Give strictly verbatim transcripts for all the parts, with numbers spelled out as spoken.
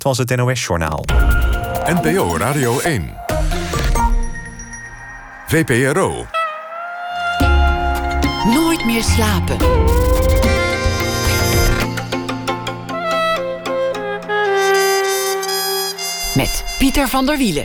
Het was het N O S-journaal. N P O Radio één. V P R O. Nooit meer slapen. Met Pieter van der Wielen.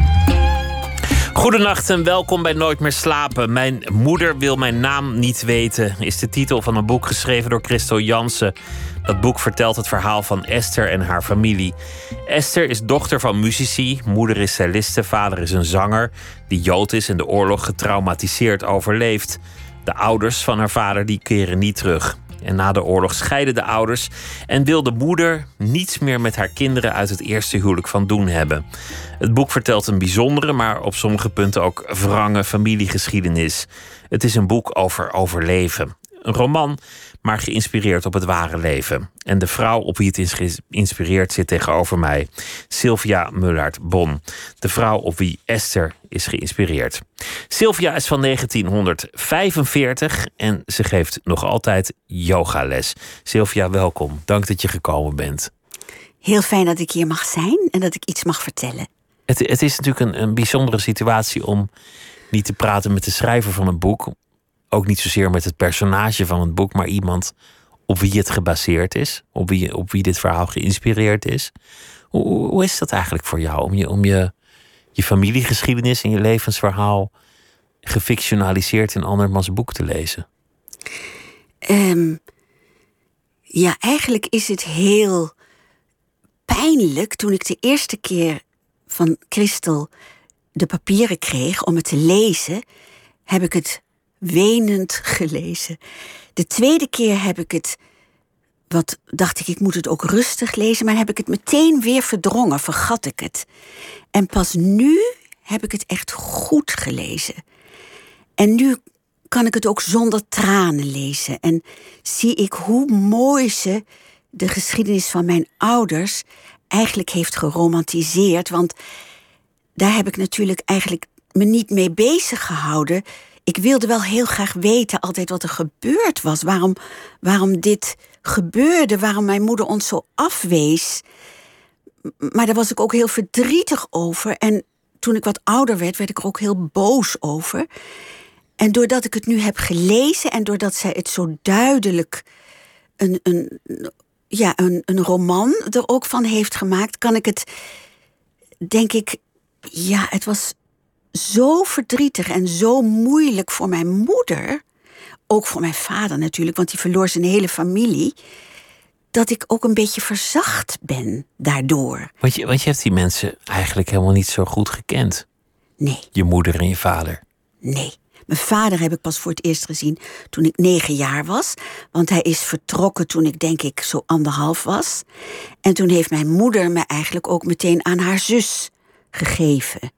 Goedenacht en welkom bij Nooit meer slapen. Mijn moeder wil mijn naam niet weten, is de titel van een boek geschreven door Christel Jansen. Dat boek vertelt het verhaal van Esther en haar familie. Esther is dochter van muzici, moeder is celliste, vader is een zanger die Jood is en de oorlog getraumatiseerd overleeft. De ouders van haar vader die keren niet terug. En na de oorlog scheiden de ouders en wil de moeder niets meer met haar kinderen uit het eerste huwelijk van doen hebben. Het boek vertelt een bijzondere, maar op sommige punten ook wrange familiegeschiedenis. Het is een boek over overleven. Een roman, maar geïnspireerd op het ware leven. En de vrouw op wie het inspireert zit tegenover mij. Sylvia Mullaert-Bon. De vrouw op wie Esther is geïnspireerd. Sylvia is van negentienhonderdvijfenveertig en ze geeft nog altijd yogales. Sylvia, welkom. Dank dat je gekomen bent. Heel fijn dat ik hier mag zijn en dat ik iets mag vertellen. Het, het is natuurlijk een, een bijzondere situatie om niet te praten met de schrijver van het boek. Ook niet zozeer met het personage van het boek, maar iemand op wie het gebaseerd is. Op wie, op wie dit verhaal geïnspireerd is. Hoe, hoe is dat eigenlijk voor jou? Om je, om je, je familiegeschiedenis en je levensverhaal gefictionaliseerd in andermans boek te lezen? Um, ja, eigenlijk is het heel pijnlijk toen ik de eerste keer van Christel de papieren kreeg om het te lezen, heb ik het wenend gelezen. De tweede keer heb ik het, wat dacht ik, ik moet het ook rustig lezen, maar heb ik het meteen weer verdrongen, vergat ik het. En pas nu heb ik het echt goed gelezen. En nu kan ik het ook zonder tranen lezen. En zie ik hoe mooi ze de geschiedenis van mijn ouders eigenlijk heeft geromantiseerd. Want daar heb ik natuurlijk eigenlijk me niet mee bezig gehouden. Ik wilde wel heel graag weten altijd wat er gebeurd was. Waarom, waarom dit gebeurde, waarom mijn moeder ons zo afwees. Maar daar was ik ook heel verdrietig over. En toen ik wat ouder werd, werd ik er ook heel boos over. En doordat ik het nu heb gelezen en doordat zij het zo duidelijk een, een, ja, een, een roman er ook van heeft gemaakt, kan ik het, denk ik, ja, het was zo verdrietig en zo moeilijk voor mijn moeder, ook voor mijn vader natuurlijk, want die verloor zijn hele familie, dat ik ook een beetje verzacht ben daardoor. Want je, want je hebt die mensen eigenlijk helemaal niet zo goed gekend. Nee. Je moeder en je vader. Nee. Mijn vader heb ik pas voor het eerst gezien toen ik negen jaar was. Want hij is vertrokken toen ik denk ik zo anderhalf was. En toen heeft mijn moeder me eigenlijk ook meteen aan haar zus gegeven.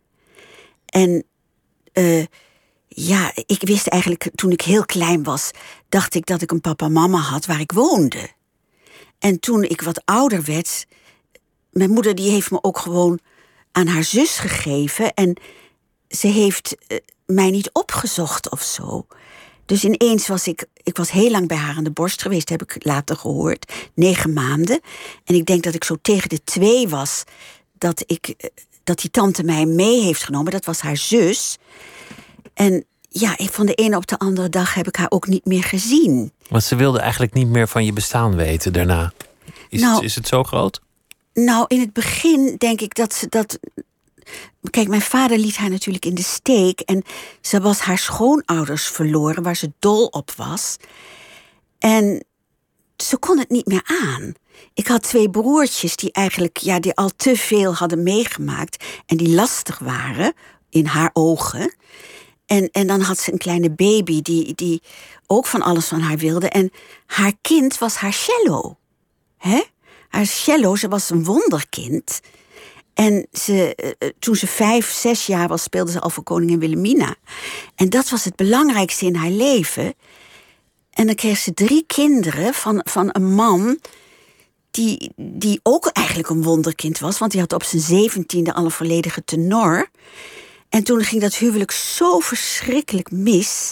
En uh, ja, ik wist eigenlijk toen ik heel klein was, dacht ik dat ik een papa-mama had waar ik woonde. En toen ik wat ouder werd, mijn moeder die heeft me ook gewoon aan haar zus gegeven. En ze heeft uh, mij niet opgezocht of zo. Dus ineens was ik, ik was heel lang bij haar aan de borst geweest, heb ik later gehoord, negen maanden. En ik denk dat ik zo tegen de twee was, dat ik, dat die tante mij mee heeft genomen. Dat was haar zus. En ja, van de ene op de andere dag heb ik haar ook niet meer gezien. Want ze wilde eigenlijk niet meer van je bestaan weten daarna. Is, nou, het, is het zo groot? Nou, in het begin denk ik dat ze dat... Kijk, mijn vader liet haar natuurlijk in de steek. En ze was haar schoonouders verloren, waar ze dol op was. En ze kon het niet meer aan. Ik had twee broertjes die eigenlijk ja, die al te veel hadden meegemaakt. En die lastig waren, in haar ogen. En, en dan had ze een kleine baby die, die ook van alles van haar wilde. En haar kind was haar cello. Hè? Haar cello, ze was een wonderkind. En ze, toen ze vijf, zes jaar was, speelde ze al voor koningin Wilhelmina. En dat was het belangrijkste in haar leven. En dan kreeg ze drie kinderen van, van een man die, die ook eigenlijk een wonderkind was. Want die had op zijn zeventiende al een volledige tenor. En toen ging dat huwelijk zo verschrikkelijk mis.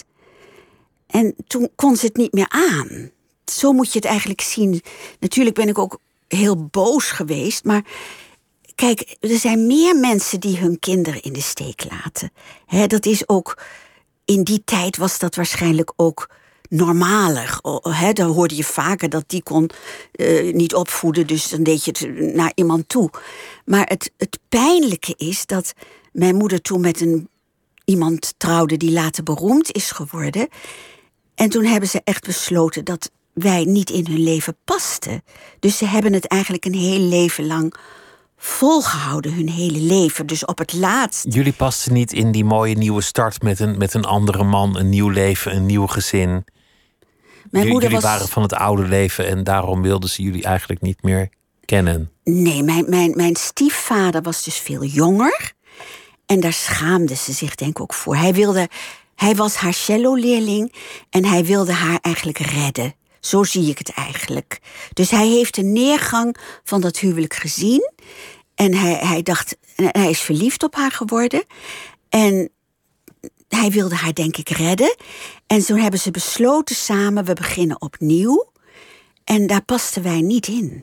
En toen kon ze het niet meer aan. Zo moet je het eigenlijk zien. Natuurlijk ben ik ook heel boos geweest. Maar kijk, er zijn meer mensen die hun kinderen in de steek laten. He, dat is ook, in die tijd was dat waarschijnlijk ook normaler. He, dan hoorde je vaker dat die kon uh, niet opvoeden, dus dan deed je het naar iemand toe. Maar het, het pijnlijke is dat mijn moeder toen met een iemand trouwde die later beroemd is geworden. En toen hebben ze echt besloten dat wij niet in hun leven pasten. Dus ze hebben het eigenlijk een heel leven lang volgehouden, hun hele leven. Dus op het laatst. Jullie pasten niet in die mooie nieuwe start met een, met een andere man, een nieuw leven, een nieuw gezin. Mijn J- moeder jullie was... waren van het oude leven en daarom wilden ze jullie eigenlijk niet meer kennen. Nee, mijn, mijn, mijn stiefvader was dus veel jonger. En daar schaamde ze zich denk ik ook voor. Hij, wilde, hij was haar cello-leerling en hij wilde haar eigenlijk redden. Zo zie ik het eigenlijk. Dus hij heeft de neergang van dat huwelijk gezien. En hij, hij dacht, en hij is verliefd op haar geworden. En hij wilde haar denk ik redden. En toen hebben ze besloten samen, we beginnen opnieuw. En daar pasten wij niet in.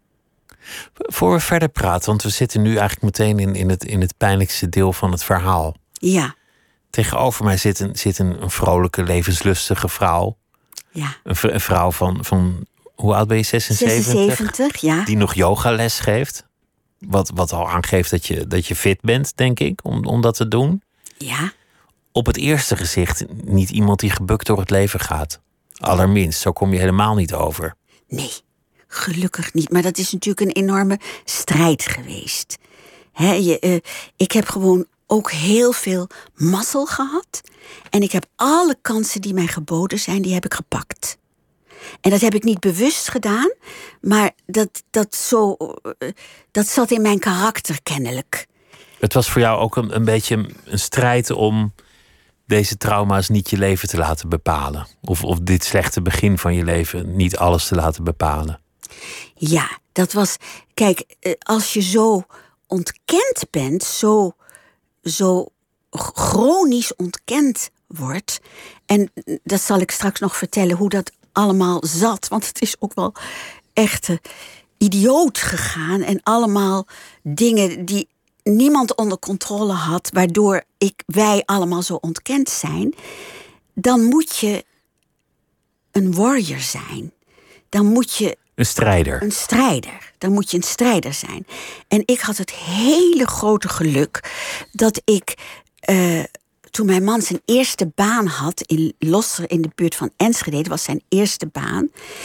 Voor we verder praten, want we zitten nu eigenlijk meteen in, in, het, in het pijnlijkste deel van het verhaal. Ja. Tegenover mij zit een, zit een, een vrolijke, levenslustige vrouw. Ja. Een, v- een vrouw van, van, hoe oud ben je? zesenzeventig? zesenzeventig, ja. Die nog yogales geeft. Wat, wat al aangeeft dat je, dat je fit bent, denk ik, om, om dat te doen. Ja. Op het eerste gezicht niet iemand die gebukt door het leven gaat. Allerminst, zo kom je helemaal niet over. Nee, gelukkig niet. Maar dat is natuurlijk een enorme strijd geweest. He, je, uh, ik heb gewoon ook heel veel mazzel gehad. En ik heb alle kansen die mij geboden zijn, die heb ik gepakt. En dat heb ik niet bewust gedaan, maar dat, dat, zo, uh, dat zat in mijn karakter kennelijk. Het was voor jou ook een, een beetje een strijd om deze trauma's niet je leven te laten bepalen. Of, of dit slechte begin van je leven niet alles te laten bepalen. Ja, dat was... Kijk, als je zo ontkend bent, zo, zo chronisch ontkend wordt... en dat zal ik straks nog vertellen hoe dat allemaal zat... want het is ook wel echt uh, idioot gegaan... en allemaal dingen die niemand onder controle had... waardoor ik, wij allemaal zo ontkend zijn... dan moet je een warrior zijn. Dan moet je... Een strijder. Een strijder. Dan moet je een strijder zijn. En ik had het hele grote geluk dat ik... Uh, toen mijn man zijn eerste baan had in Losser in de buurt van Enschede... dat was zijn eerste baan.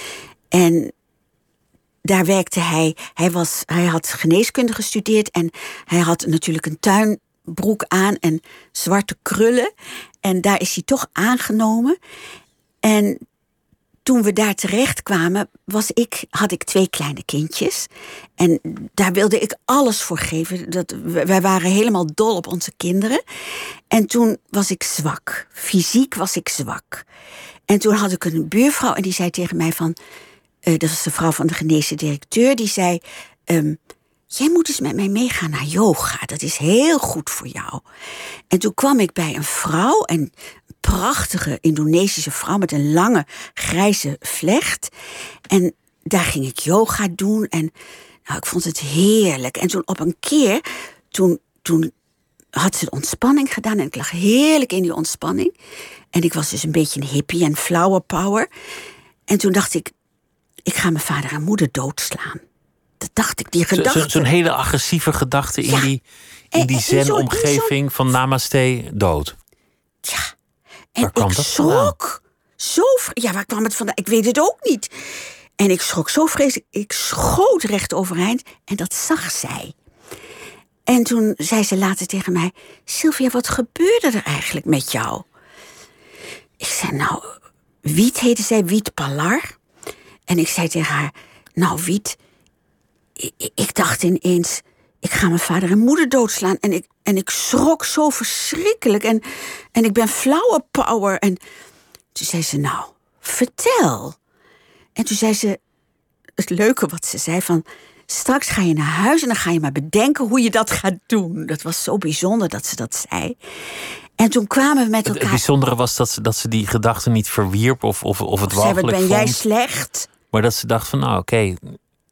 En daar werkte hij... Hij, was, hij had geneeskunde gestudeerd en hij had natuurlijk een tuinbroek aan... en zwarte krullen. En daar is hij toch aangenomen. En toen we daar terecht kwamen, was ik, had ik twee kleine kindjes. En daar wilde ik alles voor geven. Dat, wij waren helemaal dol op onze kinderen. En toen was ik zwak. Fysiek was ik zwak. En toen had ik een buurvrouw en die zei tegen mij van... Uh, dat was de vrouw van de geneesde directeur. Die zei, um, jij moet eens met mij meegaan naar yoga. Dat is heel goed voor jou. En toen kwam ik bij een vrouw... en prachtige Indonesische vrouw met een lange grijze vlecht. En daar ging ik yoga doen. En nou, ik vond het heerlijk. En toen op een keer, toen, toen had ze de ontspanning gedaan. En ik lag heerlijk in die ontspanning. En ik was dus een beetje een hippie en flower power. En toen dacht ik, ik ga mijn vader en moeder doodslaan. Dat dacht ik, die gedachte. Zo, zo'n hele agressieve gedachte in ja. die, in die zen-omgeving van namaste, dood. Ja. En waar kwam ik dat schrok zo... Ja, waar kwam het vandaan? Ik weet het ook niet. En ik schrok zo vreselijk. Ik schoot recht overeind en dat zag zij. En toen zei ze later tegen mij... Sylvia, wat gebeurde er eigenlijk met jou? Ik zei, nou... Wiet heette zij, Wiet Palar. En ik zei tegen haar... Nou, Wiet... Ik, ik dacht ineens... Ik ga mijn vader en moeder doodslaan. En ik, en ik schrok zo verschrikkelijk. En, en ik ben flower power. En toen zei ze, nou, vertel. En toen zei ze, het leuke wat ze zei van... Straks ga je naar huis en dan ga je maar bedenken hoe je dat gaat doen. Dat was zo bijzonder dat ze dat zei. En toen kwamen we met elkaar... Het, het bijzondere was dat ze, dat ze die gedachten niet verwierp of, of, of het of walgelijk ben vond. Jij slecht? Maar dat ze dacht van, nou oké, okay,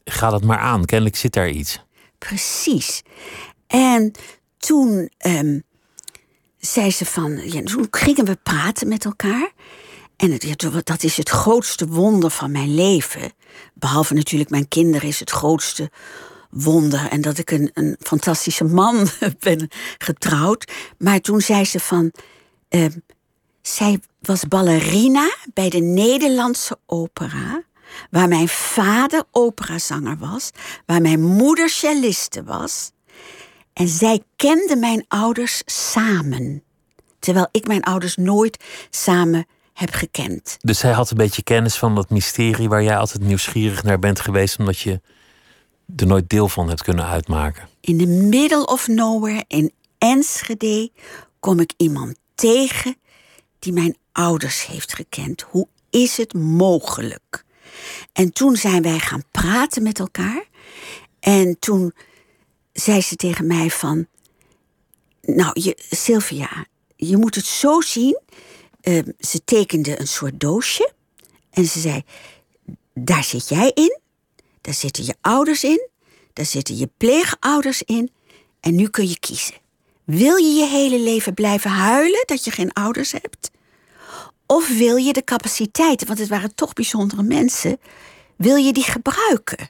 ga dat maar aan. Kennelijk zit daar iets. Precies. En toen um, zei ze van... Ja, toen gingen we praten met elkaar. En het, ja, dat is het grootste wonder van mijn leven. Behalve natuurlijk mijn kinderen is het grootste wonder. En dat ik een, een fantastische man ben getrouwd. Maar toen zei ze van... Uh, zij was ballerina bij de Nederlandse opera... waar mijn vader operazanger was... waar mijn moeder celliste was... en zij kende mijn ouders samen. Terwijl ik mijn ouders nooit samen heb gekend. Dus zij had een beetje kennis van dat mysterie... waar jij altijd nieuwsgierig naar bent geweest... omdat je er nooit deel van hebt kunnen uitmaken. In the middle of nowhere, in Enschede... kom ik iemand tegen die mijn ouders heeft gekend. Hoe is het mogelijk? En toen zijn wij gaan praten met elkaar. En toen zei ze tegen mij van... Nou, je, Sylvia, je moet het zo zien. Uh, ze tekende een soort doosje. En ze zei, daar zit jij in. Daar zitten je ouders in. Daar zitten je pleegouders in. En nu kun je kiezen. Wil je je hele leven blijven huilen dat je geen ouders hebt? Of wil je de capaciteiten, want het waren toch bijzondere mensen... wil je die gebruiken?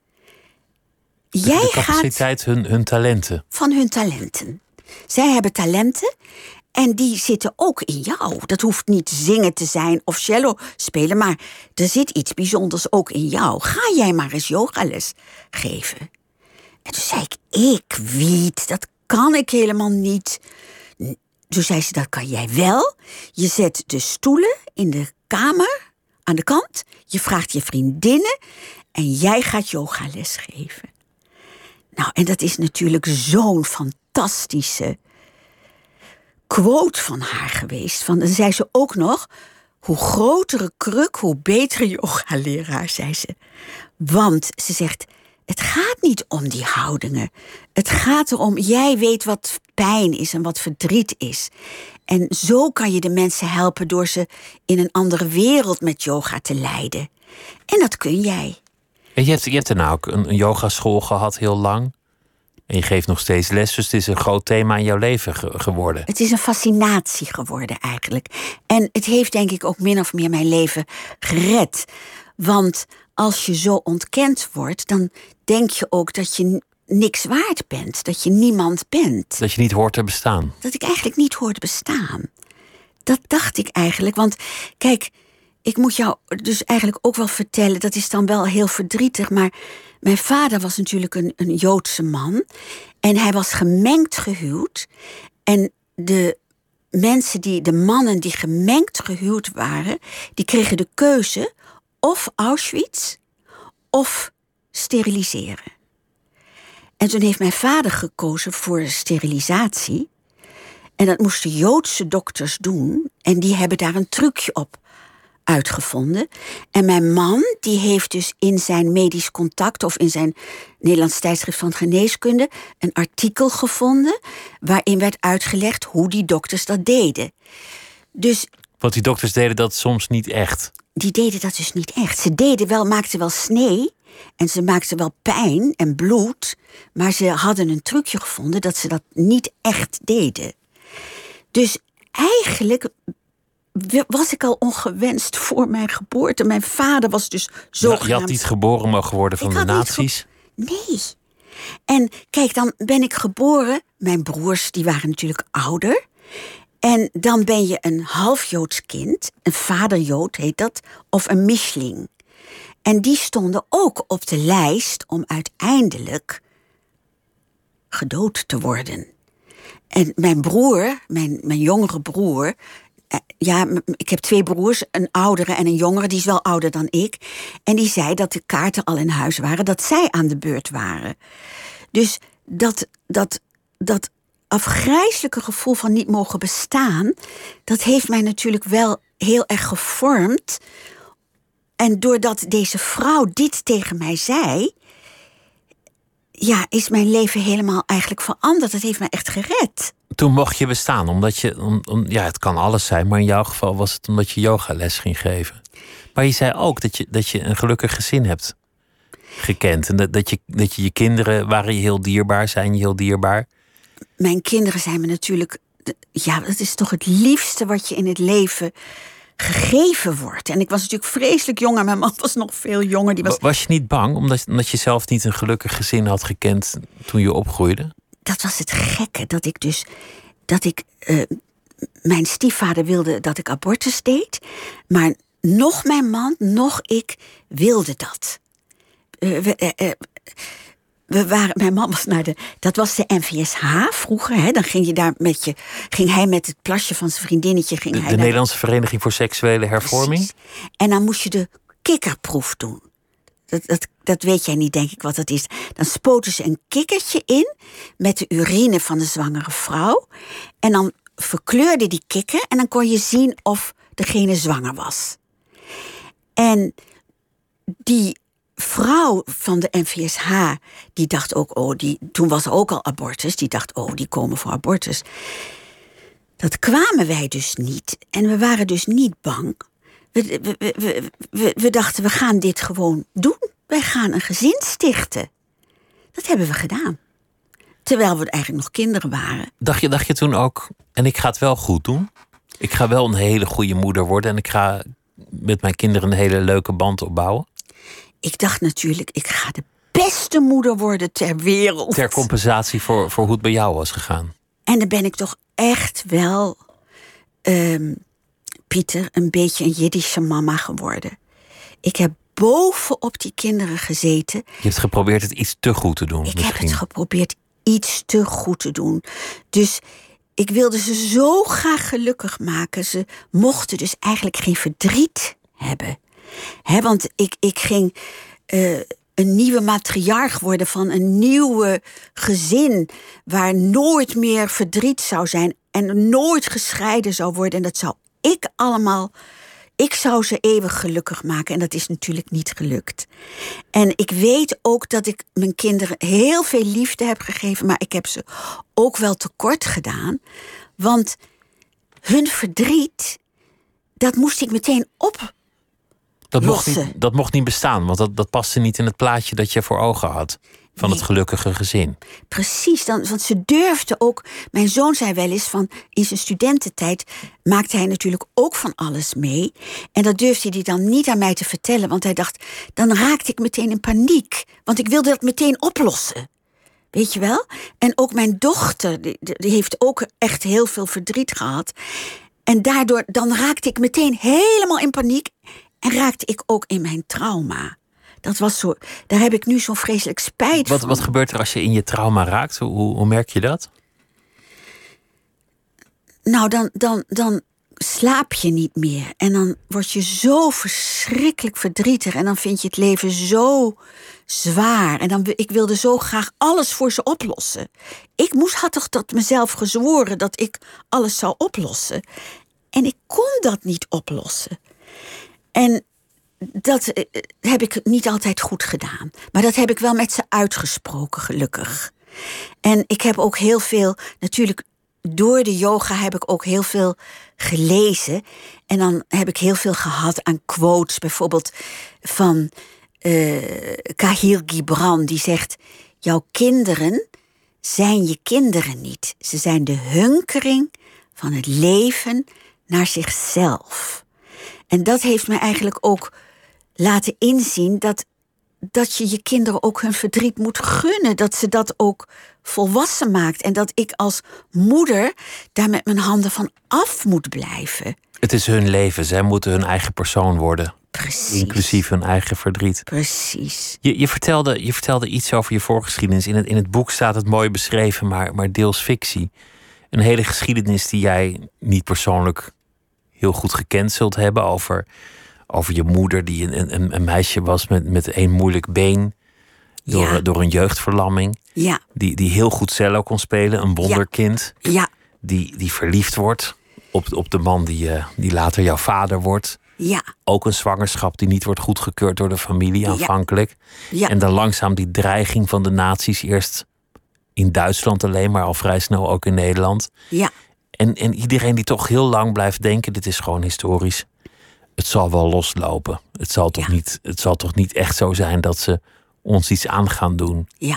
Jij de capaciteit, gaat hun, hun talenten. Van hun talenten. Zij hebben talenten en die zitten ook in jou. Dat hoeft niet zingen te zijn of cello spelen... maar er zit iets bijzonders ook in jou. Ga jij maar eens yogales geven. En toen zei ik, ik weet, dat kan ik helemaal niet... Toen zei ze, dat kan jij wel. Je zet de stoelen in de kamer aan de kant. Je vraagt je vriendinnen. En jij gaat yogales geven. Nou, en dat is natuurlijk zo'n fantastische quote van haar geweest. Van, dan zei ze ook nog... Hoe grotere kruk, hoe betere yogaleraar, zei ze. Want ze zegt... Het gaat niet om die houdingen. Het gaat erom, jij weet wat pijn is en wat verdriet is. En zo kan je de mensen helpen door ze in een andere wereld met yoga te leiden. En dat kun jij. En je hebt, je hebt daarna ook een, een yogaschool gehad heel lang. En je geeft nog steeds les, dus het is een groot thema in jouw leven ge- geworden. Het is een fascinatie geworden eigenlijk. En het heeft denk ik ook min of meer mijn leven gered. Want als je zo ontkend wordt, dan denk je ook dat je niks waard bent. Dat je niemand bent. Dat je niet hoort te bestaan. Dat ik eigenlijk niet hoor te bestaan. Dat dacht ik eigenlijk. Want kijk, ik moet jou dus eigenlijk ook wel vertellen... dat is dan wel heel verdrietig, maar... mijn vader was natuurlijk een, een Joodse man. En hij was gemengd gehuwd. En de mensen die, de mannen die gemengd gehuwd waren... die kregen de keuze of Auschwitz of steriliseren. En toen heeft mijn vader gekozen voor sterilisatie. En dat moesten Joodse dokters doen. En die hebben daar een trucje op uitgevonden. En mijn man, die heeft dus in zijn medisch contact... of in zijn Nederlands tijdschrift van geneeskunde... een artikel gevonden waarin werd uitgelegd hoe die dokters dat deden. Dus, want die dokters deden dat soms niet echt. Die deden dat dus niet echt. Ze deden wel, maakten wel snee en ze maakten wel pijn en bloed... maar ze hadden een trucje gevonden dat ze dat niet echt deden. Dus eigenlijk... was ik al ongewenst voor mijn geboorte. Mijn vader was dus zogenaamd... Je had niet geboren mogen worden van de nazi's? Ge... Nee. En kijk, dan ben ik geboren... Mijn broers, die waren natuurlijk ouder. En dan ben je een half Joods kind. Een vader Jood heet dat. Of een mischling. En die stonden ook op de lijst om uiteindelijk gedood te worden. En mijn broer, mijn, mijn jongere broer... Ja, ik heb twee broers, een oudere en een jongere. Die is wel ouder dan ik. En die zei dat de kaarten al in huis waren. Dat zij aan de beurt waren. Dus dat, dat, dat afgrijselijke gevoel van niet mogen bestaan... dat heeft mij natuurlijk wel heel erg gevormd. En doordat deze vrouw dit tegen mij zei... ja, is mijn leven helemaal eigenlijk veranderd. Het heeft mij echt gered. Toen mocht je bestaan, omdat je... Om, om, ja, het kan alles zijn, maar in jouw geval was het omdat je yogales ging geven. Maar je zei ook dat je, dat je een gelukkig gezin hebt. gekend. En dat, dat, je, dat je je kinderen waren je heel dierbaar, zijn je heel dierbaar. Mijn kinderen zijn me natuurlijk... Ja, dat is toch het liefste wat je in het leven gegeven wordt. En ik was natuurlijk vreselijk jong en mijn man was nog veel jonger. Die was... was je niet bang, omdat, omdat je zelf niet een gelukkig gezin had gekend toen je opgroeide? Dat was het gekke, dat ik dus... dat ik... Uh, mijn stiefvader wilde dat ik abortus deed, maar nog mijn man, nog ik wilde dat. Uh, we, uh, uh, we waren, mijn man was naar de, dat was de N V S H vroeger. Hè, dan ging je daar met je, ging hij met het plasje van zijn vriendinnetje. Ging de hij de naar, Nederlandse Vereniging voor Seksuele Hervorming. Precies. En dan moest je de kikkerproef doen. Dat, dat, dat weet jij niet, denk ik, wat dat is. Dan spoten ze een kikkertje in met de urine van de zwangere vrouw. En dan verkleurde die kikker en dan kon je zien of degene zwanger was. En die vrouw van de N V S H, die dacht ook, oh, die, toen was er ook al abortus, die dacht, oh, die komen voor abortus. Dat kwamen wij dus niet. En we waren dus niet bang. We, we, we, we, we dachten, we gaan dit gewoon doen. Wij gaan een gezin stichten. Dat hebben we gedaan. Terwijl we eigenlijk nog kinderen waren. Dacht je, dacht je toen ook, en ik ga het wel goed doen? Ik ga wel een hele goede moeder worden en ik ga met mijn kinderen een hele leuke band opbouwen? Ik dacht natuurlijk, ik ga de beste moeder worden ter wereld. Ter compensatie voor, voor hoe het bij jou was gegaan. En dan ben ik toch echt wel, um, Pieter, een beetje een Jiddische mama geworden. Ik heb bovenop die kinderen gezeten. Je hebt geprobeerd het iets te goed te doen. Ik misschien. heb het geprobeerd iets te goed te doen. Dus ik wilde ze zo graag gelukkig maken. Ze mochten dus eigenlijk geen verdriet hebben. He, want ik, ik ging uh, een nieuwe matriarch worden van een nieuwe gezin, waar nooit meer verdriet zou zijn en nooit gescheiden zou worden. En dat zou ik allemaal... Ik zou ze eeuwig gelukkig maken en dat is natuurlijk niet gelukt. En ik weet ook dat ik mijn kinderen heel veel liefde heb gegeven, maar ik heb ze ook wel tekort gedaan. Want hun verdriet, dat moest ik meteen op. Dat mocht, niet, dat mocht niet bestaan, want dat, dat paste niet in het plaatje dat je voor ogen had. Van nee. Het gelukkige gezin. Precies, dan, want ze durfde ook... Mijn zoon zei wel eens van... In zijn studententijd maakte hij natuurlijk ook van alles mee. En dat durfde hij dan niet aan mij te vertellen. Want hij dacht, dan raakte ik meteen in paniek. Want ik wilde dat meteen oplossen. Weet je wel? En ook mijn dochter, die, die heeft ook echt heel veel verdriet gehad. En daardoor, dan raakte ik meteen helemaal in paniek. En raakte ik ook in mijn trauma. Dat was zo, daar heb ik nu zo'n vreselijk spijt wat, van. Wat gebeurt er als je in je trauma raakt? Hoe, hoe merk je dat? Nou, dan, dan, dan slaap je niet meer. En dan word je zo verschrikkelijk verdrietig. En dan vind je het leven zo zwaar. En dan, ik wilde zo graag alles voor ze oplossen. Ik moest, had toch tot mezelf gezworen dat ik alles zou oplossen. En ik kon dat niet oplossen. En dat heb ik niet altijd goed gedaan. Maar dat heb ik wel met ze uitgesproken, gelukkig. En ik heb ook heel veel, natuurlijk door de yoga heb ik ook heel veel gelezen. En dan heb ik heel veel gehad aan quotes. Bijvoorbeeld van uh, Kahlil Gibran, die zegt: jouw kinderen zijn je kinderen niet. Ze zijn de hunkering van het leven naar zichzelf. En dat heeft me eigenlijk ook laten inzien dat, dat je je kinderen ook hun verdriet moet gunnen. Dat ze dat ook volwassen maakt. En dat ik als moeder daar met mijn handen van af moet blijven. Het is hun leven. Zij moeten hun eigen persoon worden. Precies. Inclusief hun eigen verdriet. Precies. Je, je, vertelde, je vertelde iets over je voorgeschiedenis. In het, in het boek staat het mooi beschreven, maar, maar deels fictie. Een hele geschiedenis die jij niet persoonlijk heel goed gekend zult hebben. Over, over je moeder die een, een, een meisje was met, met één moeilijk been. Door, ja. door een jeugdverlamming. Ja. Die, die heel goed cello kon spelen. Een wonderkind. Ja. Ja. Die, die verliefd wordt op, op de man die, uh, die later jouw vader wordt. Ja. Ook een zwangerschap die niet wordt goedgekeurd door de familie aanvankelijk. Ja. Ja. En dan langzaam die dreiging van de nazi's. Eerst in Duitsland alleen, maar al vrij snel ook in Nederland. Ja. En, en iedereen die toch heel lang blijft denken, dit is gewoon historisch. Het zal wel loslopen. Het zal toch, ja. niet, het zal toch niet echt zo zijn dat ze ons iets aan gaan doen. Ja.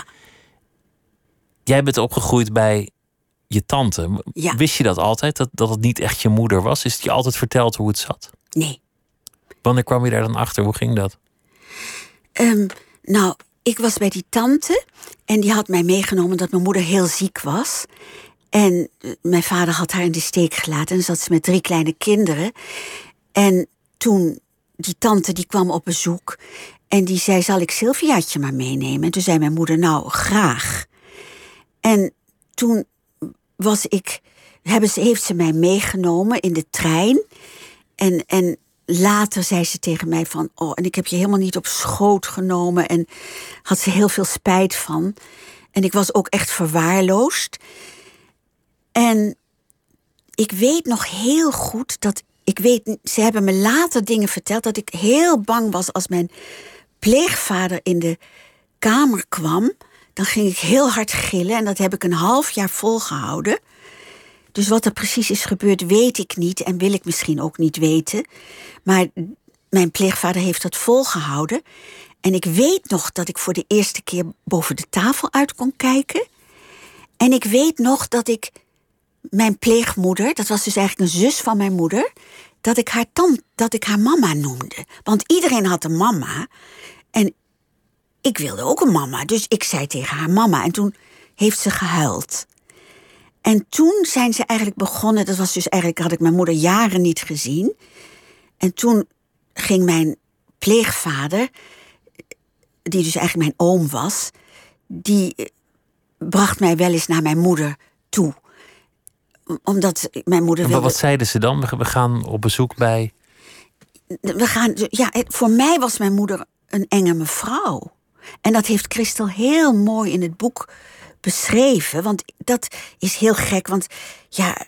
Jij bent opgegroeid bij je tante. Ja. Wist je dat altijd, dat, dat het niet echt je moeder was? Is het je altijd verteld hoe het zat? Nee. Wanneer kwam je daar dan achter? Hoe ging dat? Um, nou, ik was bij die tante en die had mij meegenomen dat mijn moeder heel ziek was. En mijn vader had haar in de steek gelaten. En dan zat ze met drie kleine kinderen. En toen, die tante die kwam op bezoek. En die zei, zal ik Sylviaatje maar meenemen? En toen zei mijn moeder, nou, graag. En toen was ik, hebben ze, heeft ze mij meegenomen in de trein. En, en later zei ze tegen mij van, oh, en ik heb je helemaal niet op schoot genomen. En had ze heel veel spijt van. En ik was ook echt verwaarloosd. En ik weet nog heel goed dat, ik weet, ze hebben me later dingen verteld, dat ik heel bang was als mijn pleegvader in de kamer kwam. Dan ging ik heel hard gillen en dat heb ik een half jaar volgehouden. Dus wat er precies is gebeurd, weet ik niet en wil ik misschien ook niet weten. Maar mijn pleegvader heeft dat volgehouden. En ik weet nog dat ik voor de eerste keer boven de tafel uit kon kijken. En ik weet nog dat ik mijn pleegmoeder, dat was dus eigenlijk een zus van mijn moeder, dat ik haar tante, dat ik haar mama noemde. Want iedereen had een mama. En ik wilde ook een mama. Dus ik zei tegen haar mama. En toen heeft ze gehuild. En toen zijn ze eigenlijk begonnen. Dat was dus eigenlijk, had ik mijn moeder jaren niet gezien. En toen ging mijn pleegvader, die dus eigenlijk mijn oom was, die bracht mij wel eens naar mijn moeder toe. Omdat mijn moeder wilde... Maar wat zeiden ze dan? We gaan op bezoek bij... We gaan, ja, voor mij was mijn moeder een enge mevrouw. En dat heeft Christel heel mooi in het boek beschreven. Want dat is heel gek. Want ja,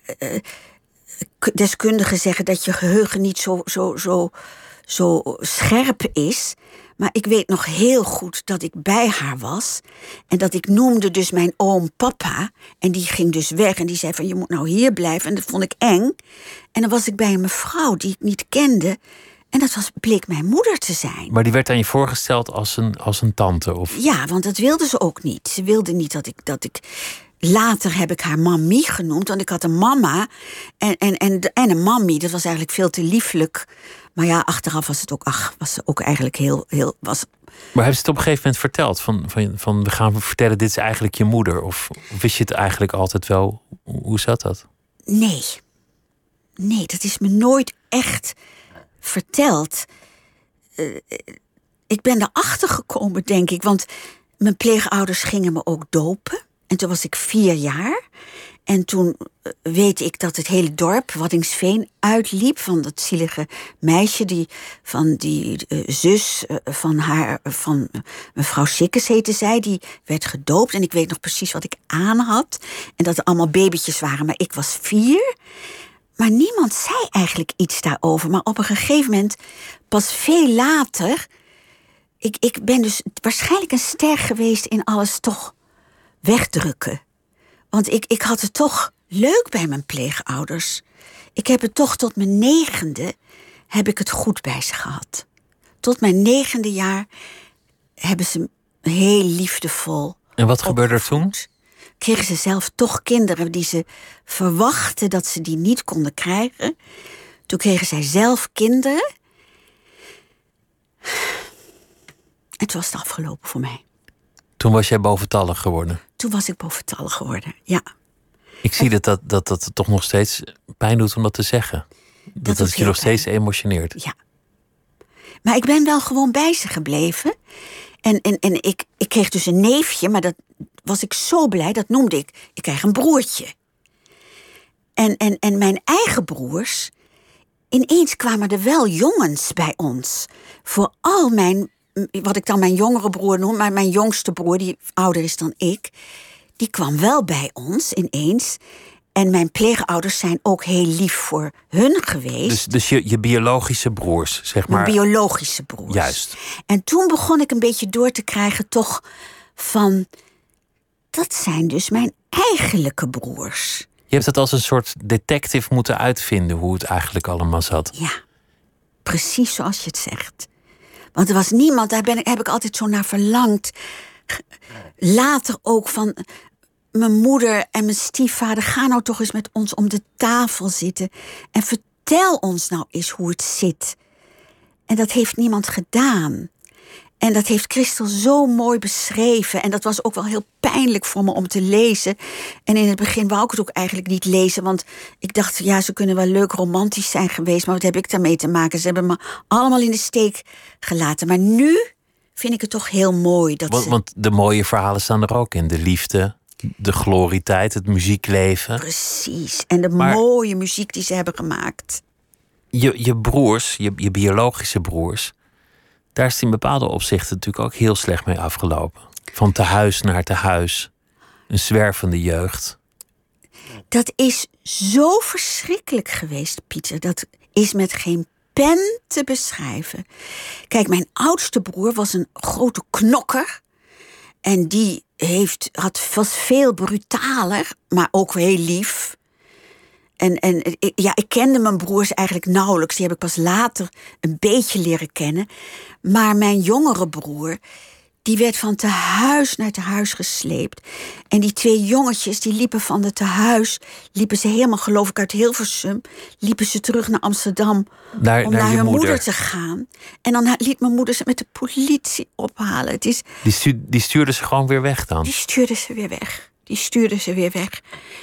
deskundigen zeggen dat je geheugen niet zo, zo, zo, zo scherp is. Maar ik weet nog heel goed dat ik bij haar was. En dat ik noemde dus mijn oom papa. En die ging dus weg. En die zei van, je moet nou hier blijven. En dat vond ik eng. En dan was ik bij een mevrouw die ik niet kende. En dat was, bleek mijn moeder te zijn. Maar die werd aan je voorgesteld als een, als een tante? Of? Ja, want dat wilde ze ook niet. Ze wilde niet dat ik... Dat ik later heb ik haar mamie genoemd. Want ik had een mama en, en, en, en een mamie. Dat was eigenlijk veel te lieflijk. Maar ja, achteraf was het ook, ach, was ze ook eigenlijk heel... heel was... Maar hebben ze het op een gegeven moment verteld? Van, van, van we gaan vertellen, dit is eigenlijk je moeder. Of wist je het eigenlijk altijd wel? Hoe zat dat? Nee. Nee, dat is me nooit echt verteld. Uh, ik ben erachter gekomen, denk ik. Want mijn pleegouders gingen me ook dopen. En toen was ik vier jaar. En toen uh, weet ik dat het hele dorp Waddinxveen uitliep van dat zielige meisje, die van die uh, zus uh, van haar, uh, van uh, mevrouw Sikkes heette zij, die werd gedoopt. En ik weet nog precies wat ik aan had. En dat er allemaal babytjes waren, maar ik was vier. Maar niemand zei eigenlijk iets daarover. Maar op een gegeven moment, pas veel later, ik, ik ben dus waarschijnlijk een ster geweest in alles toch wegdrukken. Want ik, ik had het toch leuk bij mijn pleegouders. Ik heb het toch tot mijn negende, heb ik het goed bij ze gehad. Tot mijn negende jaar hebben ze heel liefdevol. En wat gebeurde er toen? Kregen ze zelf toch kinderen die ze verwachten dat ze die niet konden krijgen. Toen kregen zij zelf kinderen. En toen was het afgelopen voor mij. Toen was jij boventallig geworden? Toen was ik boventallig geworden, ja. Ik zie dat dat, dat dat toch nog steeds pijn doet om dat te zeggen. Dat dat, dat je nog steeds emotioneert. Ja. Maar ik ben wel gewoon bij ze gebleven. En, en, en ik, ik kreeg dus een neefje, maar dat was ik zo blij. Dat noemde ik, ik krijg een broertje. En, en, en mijn eigen broers, ineens kwamen er wel jongens bij ons. Voor al mijn, wat ik dan mijn jongere broer noem, maar mijn jongste broer, die ouder is dan ik, die kwam wel bij ons ineens. En mijn pleegouders zijn ook heel lief voor hun geweest. Dus, dus je, je biologische broers, zeg maar. Mijn biologische broers. Juist. En toen begon ik een beetje door te krijgen toch van, dat zijn dus mijn eigenlijke broers. Je hebt het als een soort detective moeten uitvinden hoe het eigenlijk allemaal zat. Ja, precies zoals je het zegt. Want er was niemand, daar ben ik, heb ik altijd zo naar verlangd. Later ook van mijn moeder en mijn stiefvader, ga nou toch eens met ons om de tafel zitten en vertel ons nou eens hoe het zit. En dat heeft niemand gedaan. En dat heeft Christel zo mooi beschreven. En dat was ook wel heel pijnlijk voor me om te lezen. En in het begin wou ik het ook eigenlijk niet lezen. Want ik dacht, ja, ze kunnen wel leuk romantisch zijn geweest. Maar wat heb ik daarmee te maken? Ze hebben me allemaal in de steek gelaten. Maar nu vind ik het toch heel mooi. Dat want, ze... want de mooie verhalen staan er ook in. De liefde, de glorietijd, het muziekleven. Precies. En de maar mooie muziek die ze hebben gemaakt. Je, je broers, je, je biologische broers, daar is het in bepaalde opzichten natuurlijk ook heel slecht mee afgelopen. Van tehuis naar tehuis. Een zwervende jeugd. Dat is zo verschrikkelijk geweest, Pieter. Dat is met geen pen te beschrijven. Kijk, mijn oudste broer was een grote knokker. En die heeft, had, was veel brutaler, maar ook heel lief. En, en ja, ik kende mijn broers eigenlijk nauwelijks. Die heb ik pas later een beetje leren kennen. Maar mijn jongere broer, die werd van tehuis naar tehuis gesleept. En die twee jongetjes, die liepen van de tehuis, liepen ze helemaal, geloof ik, uit Hilversum, liepen ze terug naar Amsterdam Naar, om naar, naar je hun moeder. moeder te gaan. En dan liet mijn moeder ze met de politie ophalen. Het is, Die, stu- die stuurde ze gewoon weer weg dan? die stuurde ze weer weg. Die stuurde ze weer weg.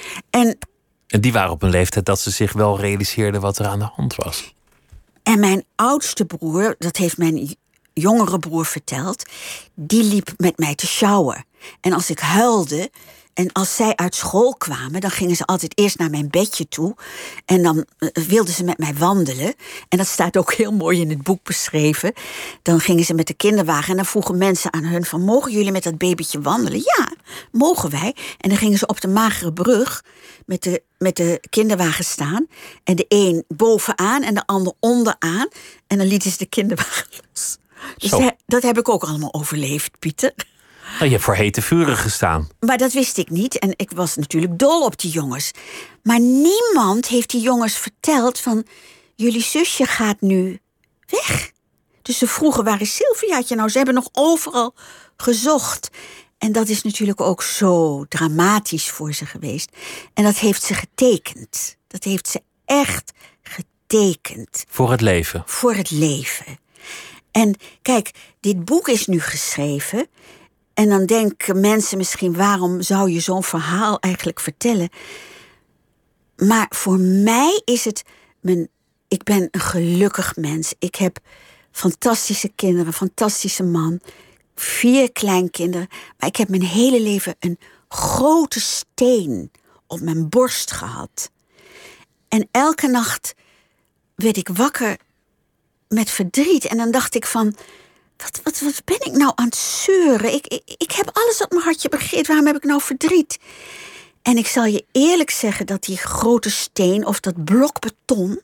En En die waren op een leeftijd dat ze zich wel realiseerden wat er aan de hand was. En mijn oudste broer, dat heeft mijn jongere broer verteld, die liep met mij te sjouwen. En als ik huilde en als zij uit school kwamen, dan gingen ze altijd eerst naar mijn bedje toe. En dan uh, wilden ze met mij wandelen. En dat staat ook heel mooi in het boek beschreven. Dan gingen ze met de kinderwagen en dan vroegen mensen aan hun van, mogen jullie met dat babytje wandelen? Ja, mogen wij. En dan gingen ze op de magere brug met de, met de kinderwagen staan. En de een bovenaan en de ander onderaan. En dan lieten ze de kinderwagen los. Dus Zo. dat, dat heb ik ook allemaal overleefd, Pieter. Nou, je hebt voor hete vuren gestaan. Maar dat wist ik niet. En ik was natuurlijk dol op die jongens. Maar niemand heeft die jongens verteld van, jullie zusje gaat nu weg. Dus ze vroegen, waar is Sylviaatje nou? Ze hebben nog overal gezocht. En dat is natuurlijk ook zo dramatisch voor ze geweest. En dat heeft ze getekend. Dat heeft ze echt getekend. Voor het leven. Voor het leven. En kijk, dit boek is nu geschreven. En dan denken mensen misschien, waarom zou je zo'n verhaal eigenlijk vertellen? Maar voor mij is het, mijn, ik ben een gelukkig mens. Ik heb fantastische kinderen, een fantastische man, vier kleinkinderen. Maar ik heb mijn hele leven een grote steen op mijn borst gehad. En elke nacht werd ik wakker met verdriet. En dan dacht ik van, Wat, wat, wat ben ik nou aan het zeuren? Ik, ik, ik heb alles op mijn hartje begeerd. Waarom heb ik nou verdriet? En ik zal je eerlijk zeggen dat die grote steen of dat blok beton,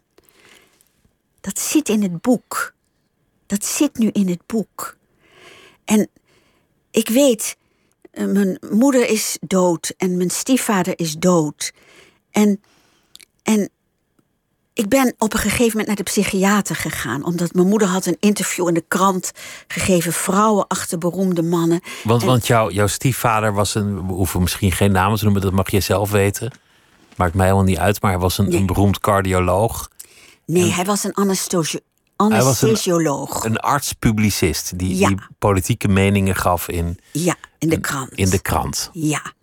dat zit in het boek. Dat zit nu in het boek. En ik weet, mijn moeder is dood en mijn stiefvader is dood. En, en ik ben op een gegeven moment naar de psychiater gegaan, omdat mijn moeder had een interview in de krant gegeven, vrouwen achter beroemde mannen. Want, en, want jouw, jouw stiefvader was een, we hoeven misschien geen namen te noemen, dat mag je zelf weten. Maakt mij helemaal niet uit, maar hij was een, nee. een beroemd cardioloog. Nee, en, hij was een anesthesi- anesthesioloog. Een, een arts-publicist die, Ja. die politieke meningen gaf in, Ja, in de krant. in de krant. Ja.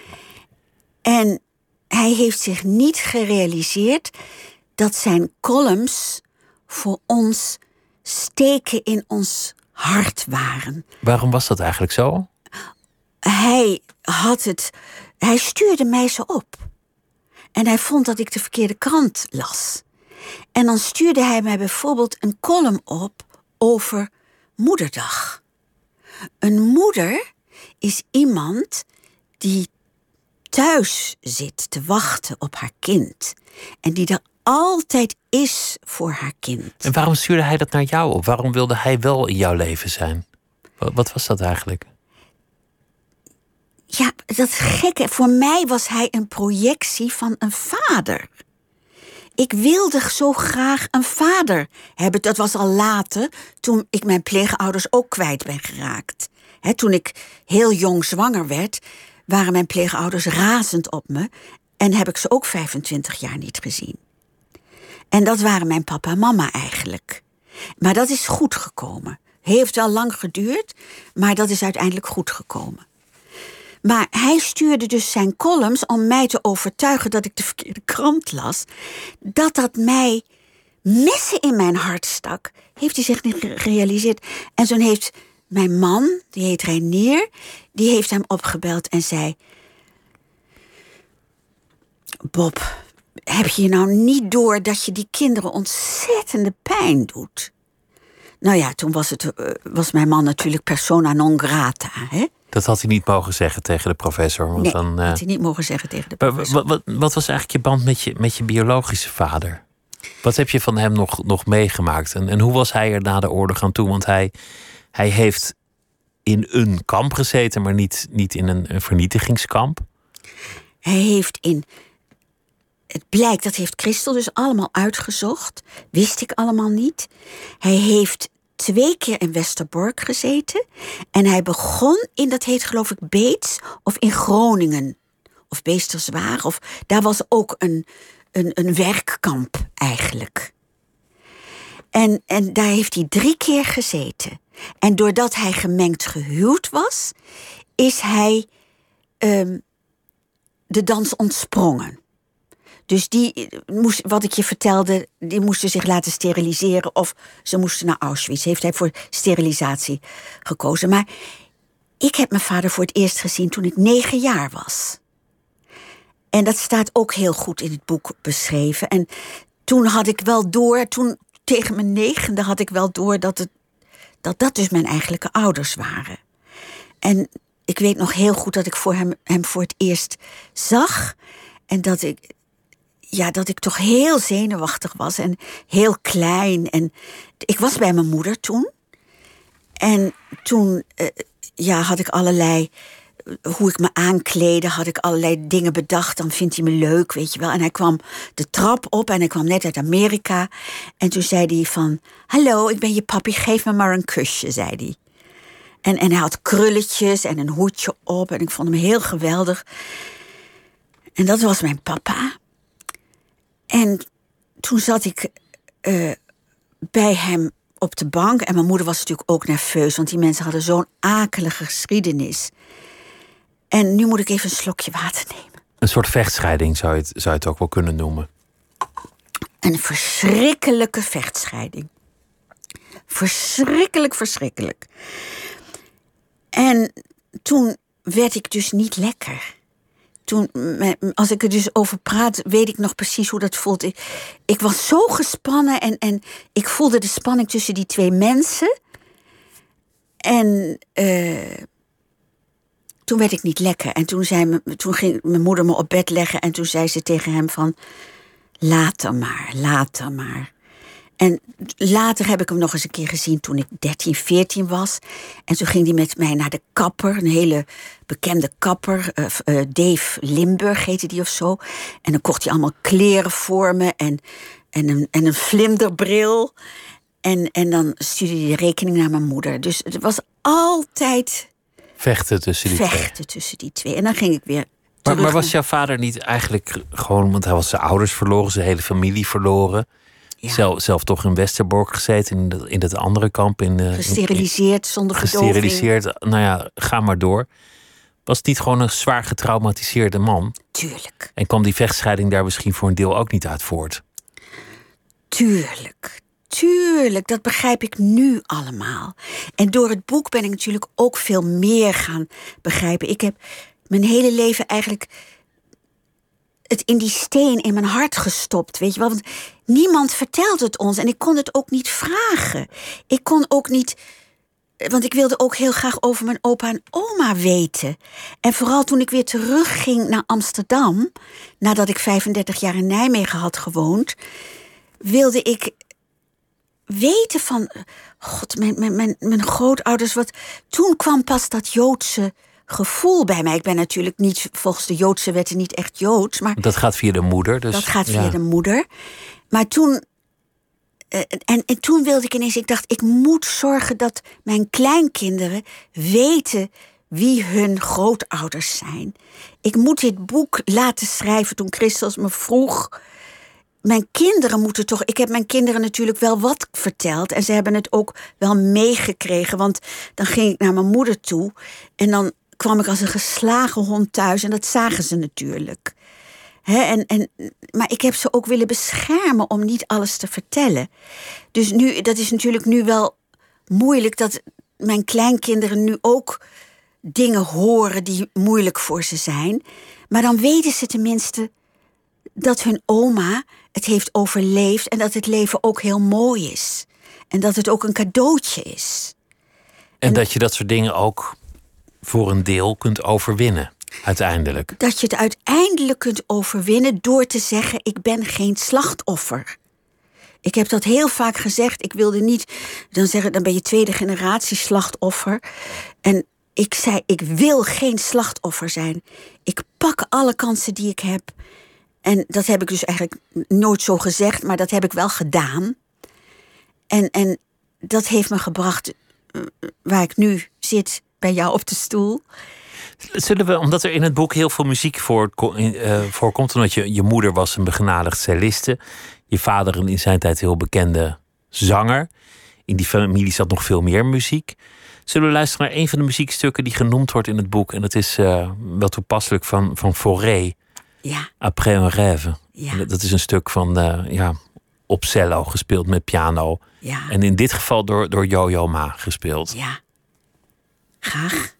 En hij heeft zich niet gerealiseerd dat zijn columns voor ons steken in ons hart waren. Waarom was dat eigenlijk zo? Hij had het. Hij stuurde mij zo op. En hij vond dat ik de verkeerde krant las. En dan stuurde hij mij bijvoorbeeld een column op over Moederdag. Een moeder is iemand die thuis zit te wachten op haar kind. En die er altijd is voor haar kind. En waarom stuurde hij dat naar jou op? Waarom wilde hij wel in jouw leven zijn? Wat, wat was dat eigenlijk? Ja, dat gekke. Voor mij was hij een projectie van een vader. ik wilde zo graag een vader hebben. Dat was al later, toen ik mijn pleegouders ook kwijt ben geraakt. He, toen ik heel jong zwanger werd, waren mijn pleegouders razend op me. En heb ik ze ook vijfentwintig jaar niet gezien. En dat waren mijn papa en mama eigenlijk. Maar dat is goed gekomen. Heeft wel lang geduurd, maar dat is uiteindelijk goed gekomen. Maar hij stuurde dus zijn columns om mij te overtuigen dat ik de verkeerde krant las. Dat dat mij messen in mijn hart stak. Heeft hij zich niet gerealiseerd. En toen heeft mijn man, die heet Reinier, die heeft hem opgebeld en zei: Bob, heb je nou niet door dat je die kinderen ontzettende pijn doet? Nou ja, toen was, het, uh, was mijn man natuurlijk persona non grata. Hè? Dat had hij niet mogen zeggen tegen de professor. Want nee, dan, uh... had hij niet mogen zeggen tegen de professor. Wat, wat, wat was eigenlijk je band met je, met je biologische vader? Wat heb je van hem nog, nog meegemaakt? En, en hoe was hij er na de oorlog aan toe? Want hij, hij heeft in een kamp gezeten, maar niet, niet in een, een vernietigingskamp. Hij heeft in... Het blijkt, dat heeft Christel dus allemaal uitgezocht. Wist ik allemaal niet. Hij heeft twee keer in Westerbork gezeten. En hij begon in, dat heet geloof ik Beets, of in Groningen. Of Beesterswaag. Of, daar was ook een, een, een werkkamp eigenlijk. En, en daar heeft hij drie keer gezeten. En doordat hij gemengd gehuwd was, is hij um, de dans ontsprongen. Dus die moest, wat ik je vertelde, die moesten zich laten steriliseren of ze moesten naar Auschwitz. Heeft hij voor sterilisatie gekozen. Maar ik heb mijn vader voor het eerst gezien toen ik negen jaar was. En dat staat ook heel goed in het boek beschreven. En toen had ik wel door, toen tegen mijn negende had ik wel door dat het, dat, dat dus mijn eigenlijke ouders waren. En ik weet nog heel goed dat ik voor hem, hem voor het eerst zag. En dat ik... Ja, dat ik toch heel zenuwachtig was en heel klein. En ik was bij mijn moeder toen. En toen uh, ja, had ik allerlei... Hoe ik me aankleedde, had ik allerlei dingen bedacht. Dan vindt hij me leuk, weet je wel. En hij kwam de trap op en hij kwam net uit Amerika. En toen zei hij van... Hallo, ik ben je papi, geef me maar een kusje, zei hij. En, en hij had krulletjes en een hoedje op. En ik vond hem heel geweldig. En dat was mijn papa. En toen zat ik uh, bij hem op de bank. En mijn moeder was natuurlijk ook nerveus, want die mensen hadden zo'n akelige geschiedenis. En nu moet ik even een slokje water nemen. Een soort vechtscheiding zou je het, zou je het ook wel kunnen noemen. Een verschrikkelijke vechtscheiding. Verschrikkelijk, verschrikkelijk. En toen werd ik dus niet lekker. Toen, als ik er dus over praat, weet ik nog precies hoe dat voelt. Ik, ik was zo gespannen en, en ik voelde de spanning tussen die twee mensen. En uh, toen werd ik niet lekker. En toen, zei me, toen ging mijn moeder me op bed leggen en toen zei ze tegen hem van... Later maar, later maar. En later heb ik hem nog eens een keer gezien toen ik dertien, veertien was. En toen ging hij met mij naar de kapper, een hele bekende kapper. Uh, uh, Dave Limburg heette die of zo. En dan kocht hij allemaal kleren voor me en, en, een, en een vlinderbril. En, en dan stuurde hij de rekening naar mijn moeder. Dus het was altijd... Vechten tussen die vechten twee. Vechten tussen die twee. En dan ging ik weer... Maar, maar was jouw vader niet eigenlijk gewoon... Want hij was zijn ouders verloren, zijn hele familie verloren... Ja. Zelf, zelf toch in Westerbork gezeten, in, de, in dat andere kamp. In, uh, gesteriliseerd, zonder verdoving. Gesteriliseerd, nou ja, ga maar door. Was het niet gewoon een zwaar getraumatiseerde man? Tuurlijk. En kwam die vechtscheiding daar misschien voor een deel ook niet uit voort? Tuurlijk, tuurlijk. Dat begrijp ik nu allemaal. En door het boek ben ik natuurlijk ook veel meer gaan begrijpen. Ik heb mijn hele leven eigenlijk... het in die steen in mijn hart gestopt, weet je wel. Want niemand vertelde het ons en ik kon het ook niet vragen. Ik kon ook niet... Want ik wilde ook heel graag over mijn opa en oma weten. En vooral toen ik weer terugging naar Amsterdam... nadat ik vijfendertig jaar in Nijmegen had gewoond... wilde ik weten van... God, mijn, mijn, mijn, mijn grootouders... Wat, toen kwam pas dat Joodse gevoel bij mij. Ik ben natuurlijk niet, volgens de Joodse wetten, niet echt Joods. Maar Dat gaat via de moeder. Dus, dat gaat via ja. de moeder. Maar toen... Uh, en, en toen wilde ik ineens... Ik dacht, ik moet zorgen dat mijn kleinkinderen weten wie hun grootouders zijn. Ik moet dit boek laten schrijven toen Christus me vroeg... Mijn kinderen moeten toch... Ik heb mijn kinderen natuurlijk wel wat verteld. En ze hebben het ook wel meegekregen. Want dan ging ik naar mijn moeder toe. En dan kwam ik als een geslagen hond thuis. En dat zagen ze natuurlijk. He, en, en, maar ik heb ze ook willen beschermen om niet alles te vertellen. Dus nu, dat is natuurlijk nu wel moeilijk... dat mijn kleinkinderen nu ook dingen horen die moeilijk voor ze zijn. Maar dan weten ze tenminste dat hun oma het heeft overleefd en dat het leven ook heel mooi is. En dat het ook een cadeautje is. En, en dat je dat soort dingen ook voor een deel kunt overwinnen, uiteindelijk. Dat je het uiteindelijk kunt overwinnen door te zeggen, ik ben geen slachtoffer. Ik heb dat heel vaak gezegd. Ik wilde niet dan zeggen, dan ben je tweede generatie slachtoffer. En ik zei, ik wil geen slachtoffer zijn. Ik pak alle kansen die ik heb. En dat heb ik dus eigenlijk nooit zo gezegd, maar dat heb ik wel gedaan. En, en dat heeft me gebracht waar ik nu zit, bij jou op de stoel. Zullen we, omdat er in het boek heel veel muziek voor, uh, voorkomt, omdat je, je moeder was een begenadigd celliste, je vader een in zijn tijd heel bekende zanger. In die familie zat nog veel meer muziek. Zullen we luisteren naar een van de muziekstukken die genoemd wordt in het boek? En dat is uh, wel toepasselijk van, van Fauré. Ja. Après un rêve. Ja. Dat is een stuk van uh, ja, op cello gespeeld met piano. Ja. En in dit geval door, door Yo-Yo Ma gespeeld. Ja. Graag.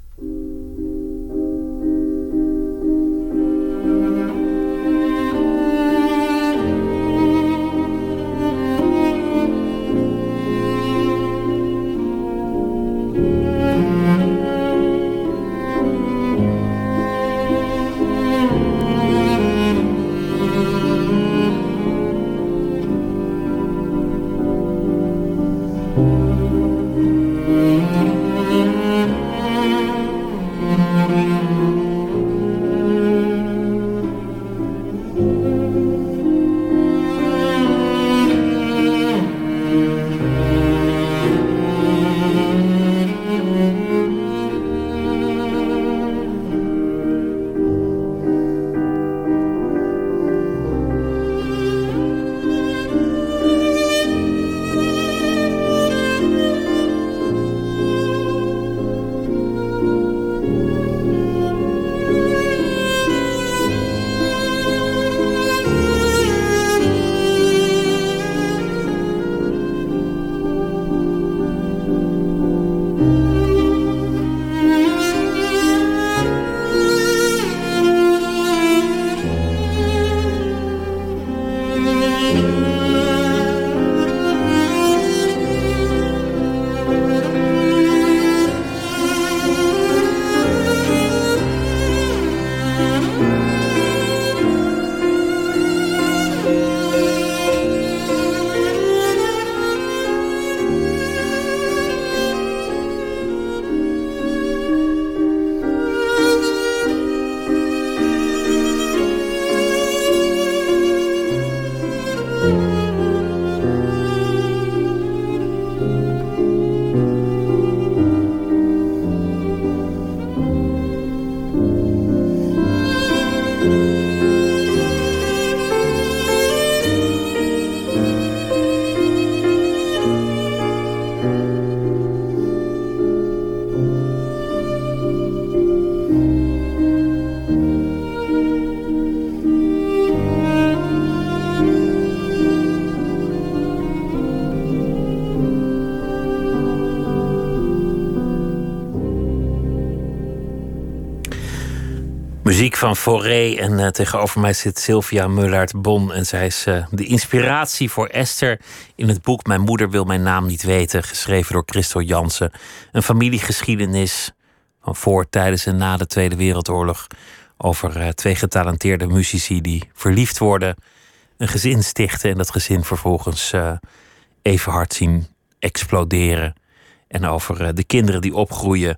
Muziek van Fauré en uh, tegenover mij zit Sylvia Mullaert-Bon. En zij is uh, de inspiratie voor Esther in het boek Mijn moeder wil mijn naam niet weten, geschreven door Christel Jansen. Een familiegeschiedenis van voor, tijdens en na de Tweede Wereldoorlog over uh, twee getalenteerde muzici die verliefd worden, een gezin stichten en dat gezin vervolgens uh, even hard zien exploderen. En over uh, de kinderen die opgroeien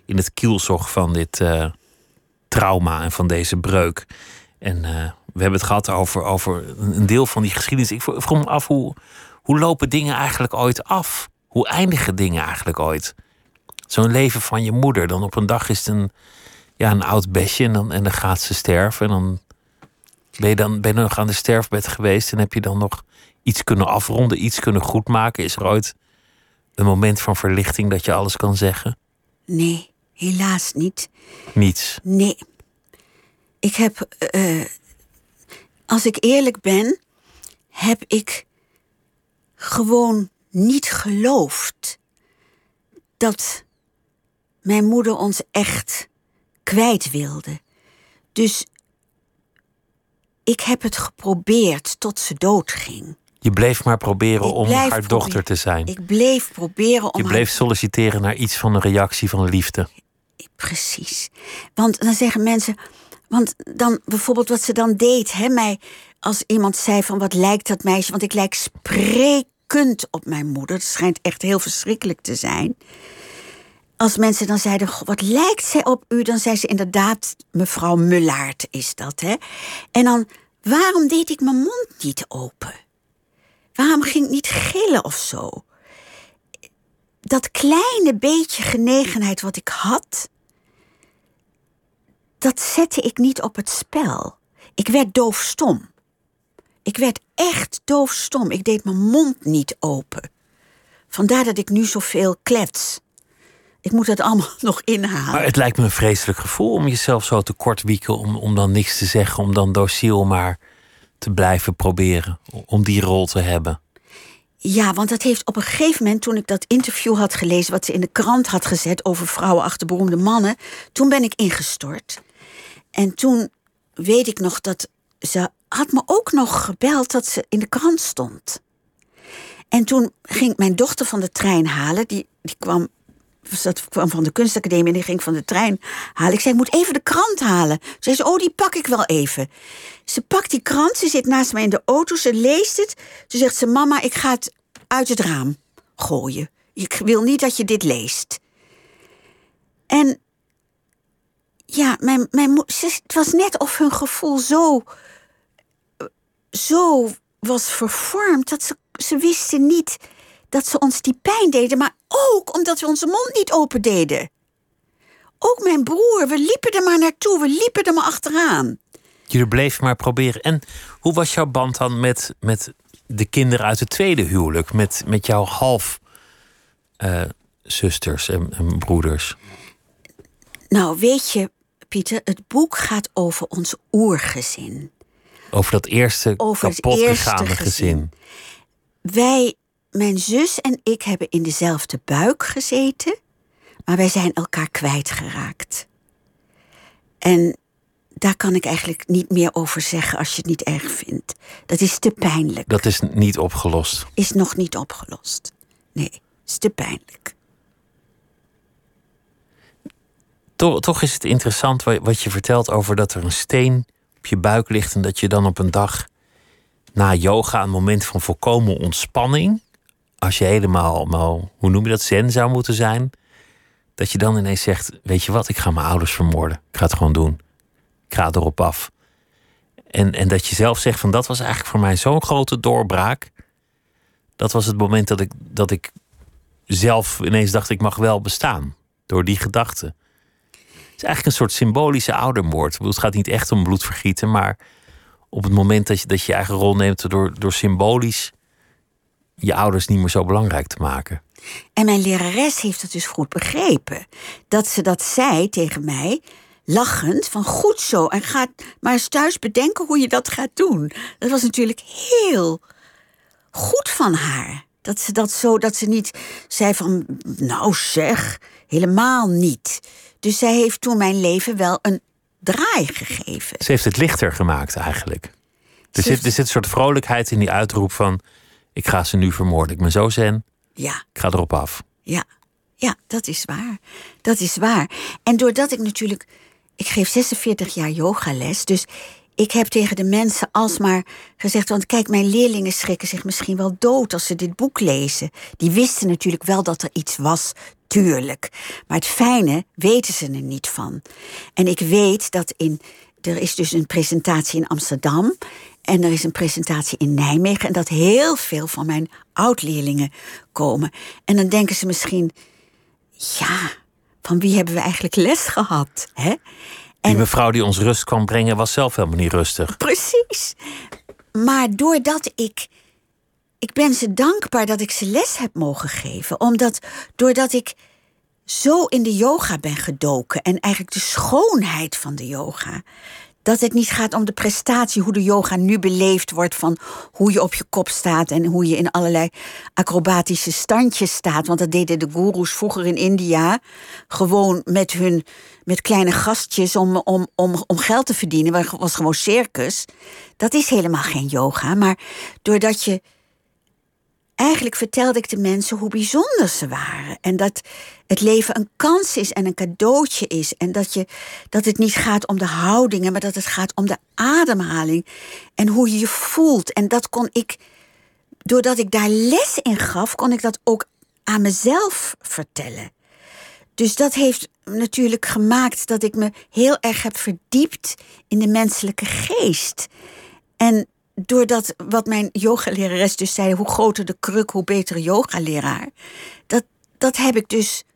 in het kielzog van dit uh, trauma en van deze breuk. En uh, we hebben het gehad over, over een deel van die geschiedenis. Ik vroeg me af, hoe, hoe lopen dingen eigenlijk ooit af? Hoe eindigen dingen eigenlijk ooit? Zo'n leven van je moeder. Dan op een dag is het een, ja, een oud besje en dan, en dan gaat ze sterven. En dan ben je, dan ben je nog aan de sterfbed geweest en heb je dan nog iets kunnen afronden, iets kunnen goedmaken. Is er ooit een moment van verlichting dat je alles kan zeggen? Nee, helaas niet. Niets? Nee. Ik heb, uh, als ik eerlijk ben, heb ik gewoon niet geloofd dat mijn moeder ons echt kwijt wilde. Dus ik heb het geprobeerd tot ze doodging. Je bleef maar proberen om haar probeer- dochter te zijn. Ik bleef proberen om Je bleef haar... solliciteren naar iets van een reactie van liefde. Precies. Want dan zeggen mensen... Want dan bijvoorbeeld wat ze dan deed, hè, mij, als iemand zei van wat lijkt dat meisje, want ik lijk sprekend op mijn moeder. Dat schijnt echt heel verschrikkelijk te zijn. Als mensen dan zeiden, goh, wat lijkt zij op u? Dan zei ze inderdaad, mevrouw Mullaert is dat, hè. En dan, waarom deed ik mijn mond niet open? Waarom ging ik niet gillen of zo? Dat kleine beetje genegenheid wat ik had, dat zette ik niet op het spel. Ik werd doofstom. Ik werd echt doofstom. Ik deed mijn mond niet open. Vandaar dat ik nu zoveel klets. Ik moet dat allemaal nog inhalen. Maar het lijkt me een vreselijk gevoel om jezelf zo te kortwieken, om, om dan niks te zeggen, om dan dociel maar te blijven proberen, om die rol te hebben. Ja, want dat heeft op een gegeven moment, toen ik dat interview had gelezen, wat ze in de krant had gezet over vrouwen achter beroemde mannen, toen ben ik ingestort. En toen weet ik nog dat ze had me ook nog gebeld dat ze in de krant stond. En toen ging ik mijn dochter van de trein halen. Die, die kwam, dat kwam van de kunstacademie en die ging van de trein halen. Ik zei, ik moet even de krant halen. Ze zei ze, oh, die pak ik wel even. Ze pakt die krant, ze zit naast mij in de auto, ze leest het. Toen zegt ze, mama, ik ga het uit het raam gooien. Ik wil niet dat je dit leest. En ja, mijn, mijn moeder, het was net of hun gevoel zo, zo was vervormd dat ze, ze wisten niet dat ze ons die pijn deden, maar ook omdat we onze mond niet open deden. Ook mijn broer, we liepen er maar naartoe, we liepen er maar achteraan. Jullie bleven maar proberen. En hoe was jouw band dan met, met de kinderen uit het tweede huwelijk? Met, met jouw half uh, zusters en, en broeders? Nou, weet je, Pieter, het boek gaat over ons oergezin. Over dat eerste over kapot het eerste gegaane gezin. gezin. Wij, mijn zus en ik, hebben in dezelfde buik gezeten, maar wij zijn elkaar kwijtgeraakt. En daar kan ik eigenlijk niet meer over zeggen als je het niet erg vindt. Dat is te pijnlijk. Dat is niet opgelost. Is nog niet opgelost. Nee, is te pijnlijk. Toch, toch is het interessant wat je vertelt over dat er een steen op je buik ligt en dat je dan op een dag na yoga, een moment van volkomen ontspanning, als je helemaal, maar, hoe noem je dat, zen zou moeten zijn, dat je dan ineens zegt, weet je wat, ik ga mijn ouders vermoorden. Ik ga het gewoon doen. Ik ga erop af. En, en dat je zelf zegt van, dat was eigenlijk voor mij zo'n grote doorbraak. Dat was het moment dat ik, dat ik zelf ineens dacht, ik mag wel bestaan. Door die gedachte. Het is eigenlijk een soort symbolische oudermoord. Het gaat niet echt om bloedvergieten, maar op het moment dat je dat je, je eigen rol neemt door, door symbolisch je ouders niet meer zo belangrijk te maken. En mijn lerares heeft het dus goed begrepen. Dat ze dat zei tegen mij, lachend, van goed zo. En ga maar eens thuis bedenken hoe je dat gaat doen. Dat was natuurlijk heel goed van haar. Dat ze dat zo, dat ze niet zei van, nou zeg, helemaal niet. Dus zij heeft toen mijn leven wel een draai gegeven. Ze heeft het lichter gemaakt eigenlijk. Er zit, heeft... er zit een soort vrolijkheid in die uitroep van, ik ga ze nu vermoorden. Ik ben zo zen, ja. Ik ga erop af. Ja, ja, dat is waar. Dat is waar. En doordat ik natuurlijk, ik geef zesenveertig jaar yogales, dus ik heb tegen de mensen alsmaar gezegd, want kijk, mijn leerlingen schrikken zich misschien wel dood als ze dit boek lezen. Die wisten natuurlijk wel dat er iets was tuurlijk. Maar het fijne weten ze er niet van. En ik weet dat in... Er is dus een presentatie in Amsterdam... en er is een presentatie in Nijmegen... en dat heel veel van mijn oud-leerlingen komen. En dan denken ze misschien... ja, van wie hebben we eigenlijk les gehad? Hè? En die mevrouw die ons rust kwam brengen... was zelf helemaal niet rustig. Precies. Maar doordat ik... Ik ben ze dankbaar dat ik ze les heb mogen geven. Omdat doordat ik zo in de yoga ben gedoken... en eigenlijk de schoonheid van de yoga... dat het niet gaat om de prestatie, hoe de yoga nu beleefd wordt... van hoe je op je kop staat en hoe je in allerlei acrobatische standjes staat. Want dat deden de goeroes vroeger in India... gewoon met hun met kleine gastjes om, om, om, om geld te verdienen. Het was gewoon circus. Dat is helemaal geen yoga. Maar doordat je... Eigenlijk vertelde ik de mensen hoe bijzonder ze waren. En dat het leven een kans is en een cadeautje is. En dat, je, dat het niet gaat om de houdingen, maar dat het gaat om de ademhaling. En hoe je je voelt. En dat kon ik, doordat ik daar les in gaf, kon ik dat ook aan mezelf vertellen. Dus dat heeft natuurlijk gemaakt dat ik me heel erg heb verdiept in de menselijke geest. En doordat wat mijn yogalerares dus zei... hoe groter de kruk, hoe betere yogaleraar... Dat, dat heb ik dus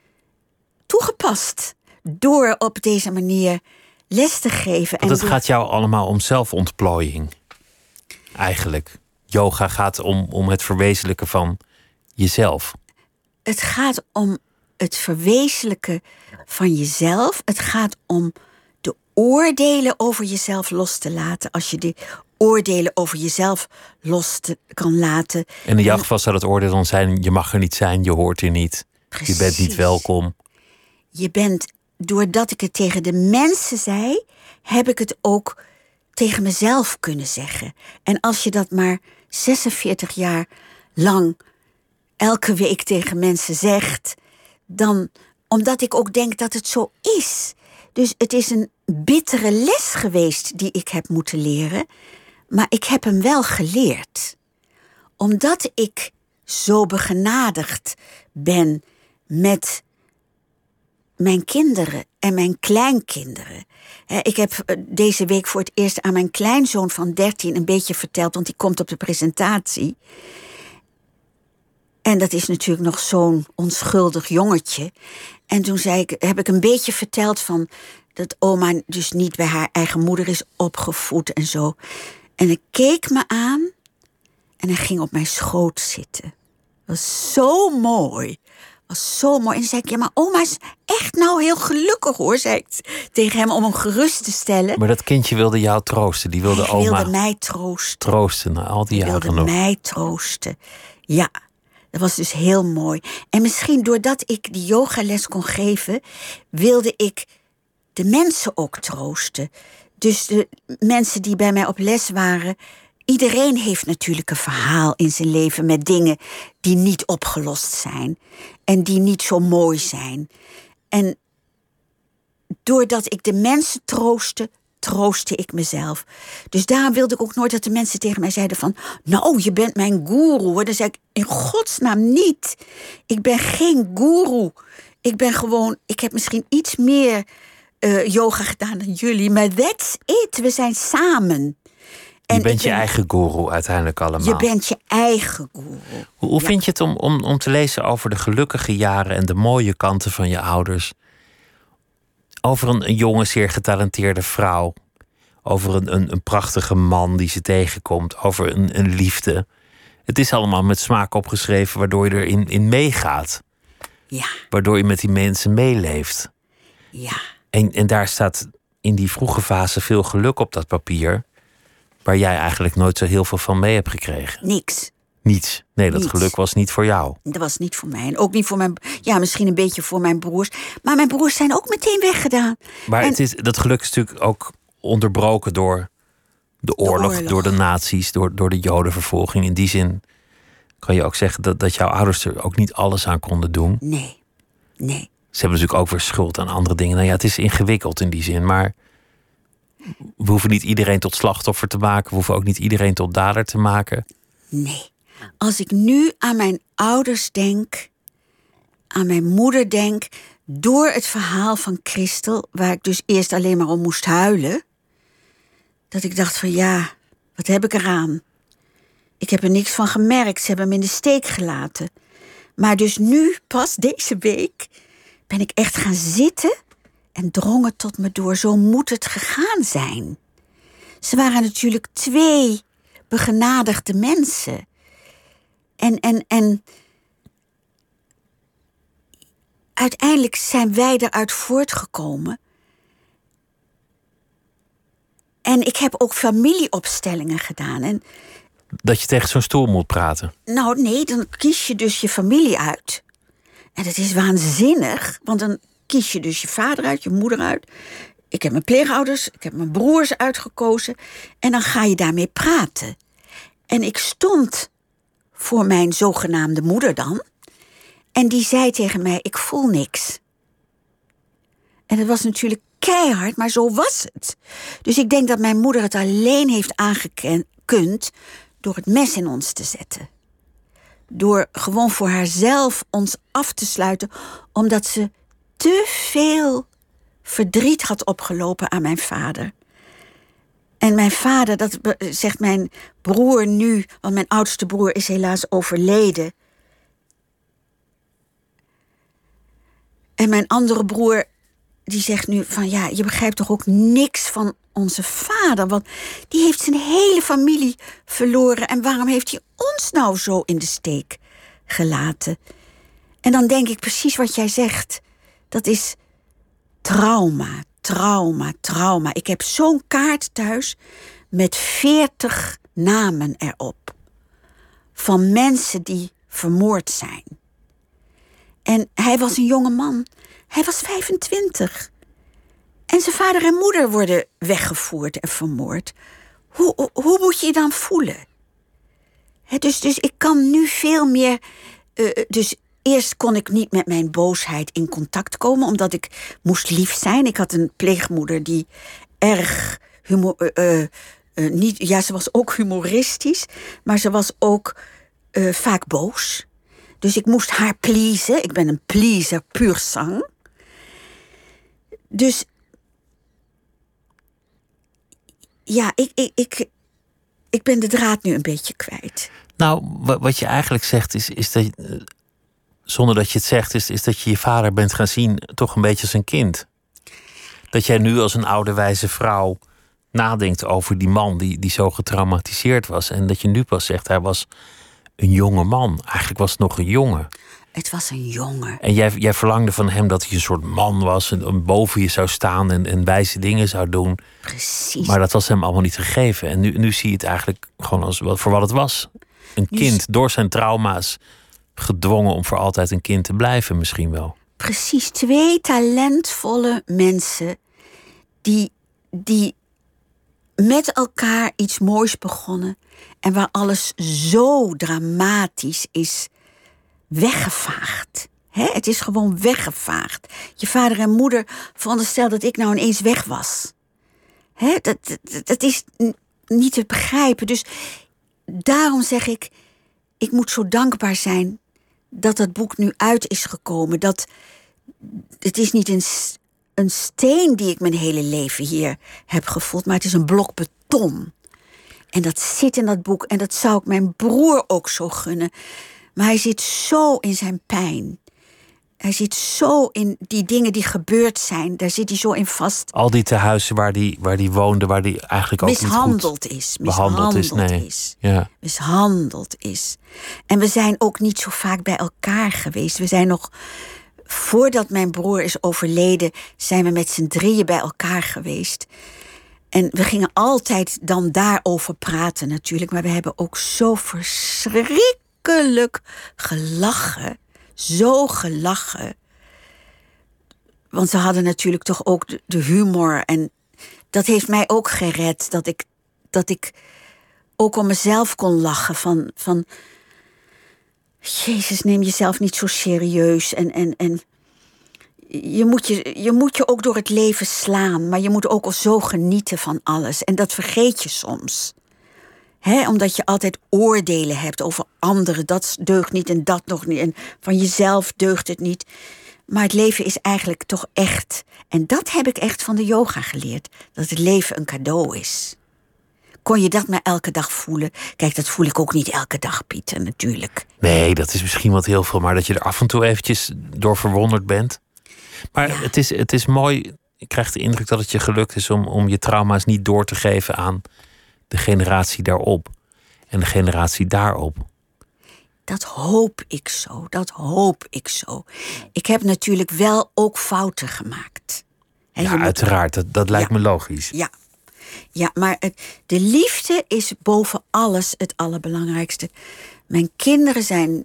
toegepast... door op deze manier les te geven. Want het en door... gaat jou allemaal om zelfontplooiing. Eigenlijk. Yoga gaat om, om het verwezenlijken van jezelf. Het gaat om het verwezenlijken van jezelf. Het gaat om de oordelen over jezelf los te laten... als je de oordelen over jezelf los te, kan laten. En in jouw geval zou dat oordeel dan zijn... je mag er niet zijn, je hoort er niet. Precies. Je bent niet welkom. Je bent, doordat ik het tegen de mensen zei... heb ik het ook tegen mezelf kunnen zeggen. En als je dat maar zesenveertig jaar lang... elke week tegen mensen zegt... dan omdat ik ook denk dat het zo is. Dus het is een bittere les geweest die ik heb moeten leren... maar ik heb hem wel geleerd. Omdat ik zo begenadigd ben met mijn kinderen en mijn kleinkinderen. Ik heb deze week voor het eerst aan mijn kleinzoon van dertien een beetje verteld... want die komt op de presentatie. En dat is natuurlijk nog zo'n onschuldig jongetje. En toen zei ik, heb ik een beetje verteld van... dat oma dus niet bij haar eigen moeder is opgevoed en zo... En hij keek me aan en hij ging op mijn schoot zitten. Dat was zo mooi. Was zo mooi. En dan zei ik, ja, maar oma is echt nou heel gelukkig, hoor, zei ik tegen hem om hem gerust te stellen. Maar dat kindje wilde jou troosten. Die wilde hij oma wilde mij troosten. Troosten na al die hij jaren nog. wilde mij troosten. Ja, dat was dus heel mooi. En misschien doordat ik die yogales kon geven, wilde ik de mensen ook troosten. Dus de mensen die bij mij op les waren... iedereen heeft natuurlijk een verhaal in zijn leven... met dingen die niet opgelost zijn. En die niet zo mooi zijn. En doordat ik de mensen troostte... troostte ik mezelf. Dus daarom wilde ik ook nooit dat de mensen tegen mij zeiden van... nou, je bent mijn goeroe. Dan zei ik, in godsnaam niet. Ik ben geen goeroe. Ik ben gewoon... Ik heb misschien iets meer... Uh, yoga gedaan dan jullie, maar that's it. We zijn samen. En je bent je ben, eigen guru uiteindelijk allemaal. Je bent je eigen guru. Hoe, hoe ja. vind je het om, om, om te lezen over de gelukkige jaren... en de mooie kanten van je ouders? Over een, een jonge, zeer getalenteerde vrouw. Over een, een, een prachtige man die ze tegenkomt. Over een, een liefde. Het is allemaal met smaak opgeschreven... waardoor je erin in meegaat. Ja. Waardoor je met die mensen meeleeft. Ja. En, en daar staat in die vroege fase veel geluk op dat papier... waar jij eigenlijk nooit zo heel veel van mee hebt gekregen. Niks. Niets. Nee, dat Niets. geluk was niet voor jou. Dat was niet voor mij. En ook niet voor mijn... Ja, misschien een beetje voor mijn broers. Maar mijn broers zijn ook meteen weggedaan. Maar en, het is, dat geluk is natuurlijk ook onderbroken door de oorlog... oorlog. door de nazi's, door, door de jodenvervolging. In die zin kan je ook zeggen dat, dat jouw ouders er ook niet alles aan konden doen. Nee. Nee. Ze hebben natuurlijk ook weer schuld aan andere dingen. Nou ja, het is ingewikkeld in die zin, maar... we hoeven niet iedereen tot slachtoffer te maken. We hoeven ook niet iedereen tot dader te maken. Nee. Als ik nu aan mijn ouders denk... aan mijn moeder denk door het verhaal van Christel, waar ik dus eerst alleen maar om moest huilen, dat ik dacht van ja, wat heb ik eraan? Ik heb er niks van gemerkt, ze hebben me in de steek gelaten. Maar dus nu, pas deze week, ben ik echt gaan zitten en drong het tot me door. Zo moet het gegaan zijn. Ze waren natuurlijk twee begenadigde mensen. En, en, en uiteindelijk zijn wij eruit voortgekomen. En ik heb ook familieopstellingen gedaan. En dat je tegen zo'n stoel moet praten? Nou nee, dan kies je dus je familie uit. En dat is waanzinnig, want dan kies je dus je vader uit, je moeder uit. Ik heb mijn pleegouders, ik heb mijn broers uitgekozen. En dan ga je daarmee praten. En ik stond voor mijn zogenaamde moeder dan. En die zei tegen mij, ik voel niks. En dat was natuurlijk keihard, maar zo was het. Dus ik denk dat mijn moeder het alleen heeft aangekund door het mes in ons te zetten. Door gewoon voor haarzelf ons af te sluiten, omdat ze te veel verdriet had opgelopen aan mijn vader. En mijn vader, dat zegt mijn broer nu, want mijn oudste broer is helaas overleden. En mijn andere broer, die zegt nu van ja, je begrijpt toch ook niks van onze vader, want die heeft zijn hele familie verloren. En waarom heeft hij ons nou zo in de steek gelaten? En dan denk ik precies wat jij zegt. Dat is trauma, trauma, trauma. Ik heb zo'n kaart thuis met veertig namen erop. Van mensen die vermoord zijn. En hij was een jonge man. Hij was vijfentwintig. En zijn vader en moeder worden weggevoerd en vermoord. Hoe, hoe, hoe moet je je dan voelen? He, dus, dus ik kan nu veel meer... Uh, dus eerst kon ik niet met mijn boosheid in contact komen, omdat ik moest lief zijn. Ik had een pleegmoeder die erg humor... Uh, uh, uh, niet, ja, ze was ook humoristisch, maar ze was ook uh, vaak boos. Dus ik moest haar pleasen. Ik ben een pleaser puur sang. Dus ja, ik, ik, ik, ik ben de draad nu een beetje kwijt. Nou, wat je eigenlijk zegt is, is dat, zonder dat je het zegt, is, is dat je je vader bent gaan zien toch een beetje als een kind. Dat jij nu als een oude wijze vrouw nadenkt over die man die, die zo getraumatiseerd was. En dat je nu pas zegt, hij was een jonge man. Eigenlijk was het nog een jongen. Het was een jongen. En jij, jij verlangde van hem dat hij een soort man was en, en boven je zou staan en, en wijze dingen zou doen. Precies. Maar dat was hem allemaal niet gegeven. En nu, nu zie je het eigenlijk gewoon als, voor wat het was. Een nu kind, door zijn trauma's gedwongen om voor altijd een kind te blijven misschien wel. Precies, twee talentvolle mensen die, die met elkaar iets moois begonnen en waar alles zo dramatisch is weggevaagd. He, het is gewoon weggevaagd. Je vader en moeder veronderstel dat ik nou ineens weg was. He, dat, dat, dat is n- niet te begrijpen. Dus daarom zeg ik, ik moet zo dankbaar zijn dat dat boek nu uit is gekomen. Dat, het is niet een, een steen die ik mijn hele leven hier heb gevoeld, maar het is een blok beton. En dat zit in dat boek en dat zou ik mijn broer ook zo gunnen. Maar hij zit zo in zijn pijn. Hij zit zo in die dingen die gebeurd zijn. Daar zit hij zo in vast. Al die tehuizen waar die, waar die woonde, waar die eigenlijk ook mishandeld niet goed is. Mishandeld is. Nee. is. Ja. Mishandeld is. En we zijn ook niet zo vaak bij elkaar geweest. We zijn nog, voordat mijn broer is overleden, zijn we met z'n drieën bij elkaar geweest. En we gingen altijd dan daarover praten natuurlijk. Maar we hebben ook zo verschrikkelijk gelachen. Zo gelachen. Want ze hadden natuurlijk toch ook de, de humor. En dat heeft mij ook gered. Dat ik, dat ik ook om mezelf kon lachen. Van, van Jezus, neem jezelf niet zo serieus. En, en, en je, moet je, je moet je ook door het leven slaan. Maar je moet ook al zo genieten van alles. En dat vergeet je soms. He, omdat je altijd oordelen hebt over anderen. Dat deugt niet en dat nog niet. En van jezelf deugt het niet. Maar het leven is eigenlijk toch echt. En dat heb ik echt van de yoga geleerd. Dat het leven een cadeau is. Kon je dat maar elke dag voelen? Kijk, dat voel ik ook niet elke dag, Pieter, natuurlijk. Nee, dat is misschien wat heel veel. Maar dat je er af en toe eventjes door verwonderd bent. Maar ja. het, is, het is mooi. Ik krijg de indruk dat het je gelukt is om, om je trauma's niet door te geven aan de generatie daarop. En de generatie daarop. Dat hoop ik zo, dat hoop ik zo. Ik heb natuurlijk wel ook fouten gemaakt. He, ja, uiteraard, dat, dat lijkt ja, me logisch. Ja, ja maar het, de liefde is boven alles het allerbelangrijkste. Mijn kinderen zijn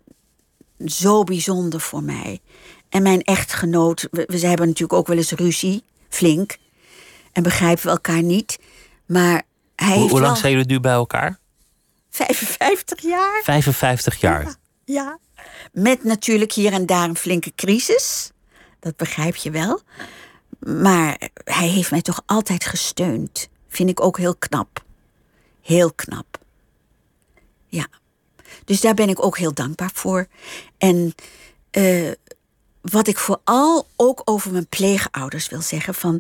zo bijzonder voor mij. En mijn echtgenoot, we, we hebben natuurlijk ook wel eens ruzie, flink. En begrijpen we elkaar niet. Maar hij Hoe, heeft hoe lang wel... zijn jullie nu bij elkaar? vijfenvijftig jaar. vijfenvijftig jaar. Ja, ja. Met natuurlijk hier en daar een flinke crisis. Dat begrijp je wel. Maar hij heeft mij toch altijd gesteund. Vind ik ook heel knap. Heel knap. Ja. Dus daar ben ik ook heel dankbaar voor. En uh, wat ik vooral ook over mijn pleegouders wil zeggen. Van,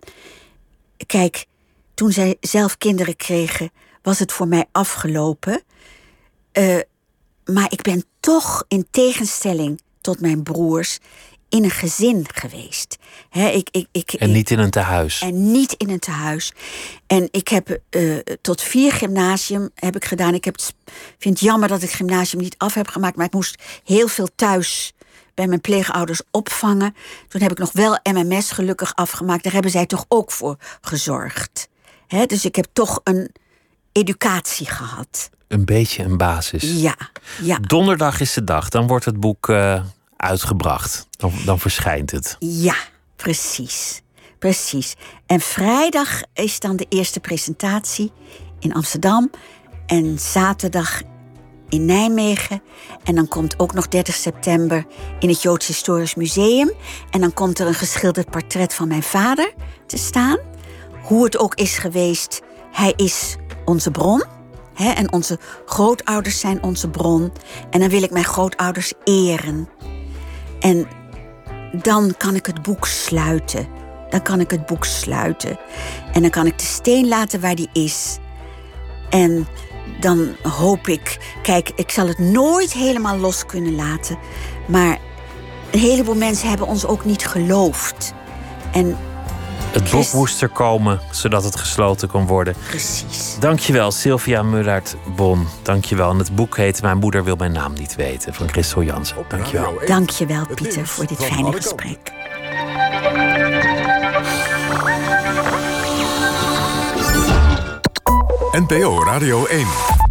kijk, toen zij zelf kinderen kregen, was het voor mij afgelopen. Uh, maar ik ben toch in tegenstelling tot mijn broers in een gezin geweest. He, ik, ik, ik, en niet in een tehuis. En niet in een tehuis. En ik heb uh, tot vier gymnasium heb ik gedaan. Ik heb het, vind het jammer dat ik gymnasium niet af heb gemaakt, maar ik moest heel veel thuis bij mijn pleegouders opvangen. Toen heb ik nog wel M M S gelukkig afgemaakt. Daar hebben zij toch ook voor gezorgd. He, dus ik heb toch een educatie gehad. Een beetje een basis. Ja, ja. Donderdag is de dag. Dan wordt het boek uh, uitgebracht. Dan, dan verschijnt het. Ja, precies. Precies. En vrijdag is dan de eerste presentatie in Amsterdam. En zaterdag in Nijmegen. En dan komt ook nog dertig september in het Joods Historisch Museum. En dan komt er een geschilderd portret van mijn vader te staan. Hoe het ook is geweest, hij is onze bron. He, en onze grootouders zijn onze bron. En dan wil ik mijn grootouders eren. En dan kan ik het boek sluiten. Dan kan ik het boek sluiten. En dan kan ik de steen laten waar die is. En dan hoop ik... Kijk, ik zal het nooit helemaal los kunnen laten. Maar een heleboel mensen hebben ons ook niet geloofd. En het boek moest er komen, zodat het gesloten kon worden. Precies. Dankjewel, Sylvia Mullaert-Bon. Dankjewel. En het boek heet Mijn moeder wil mijn naam niet weten, van Christel Jansen. Dankjewel. Dankjewel, Pieter, voor dit fijne gesprek. N P O Radio één.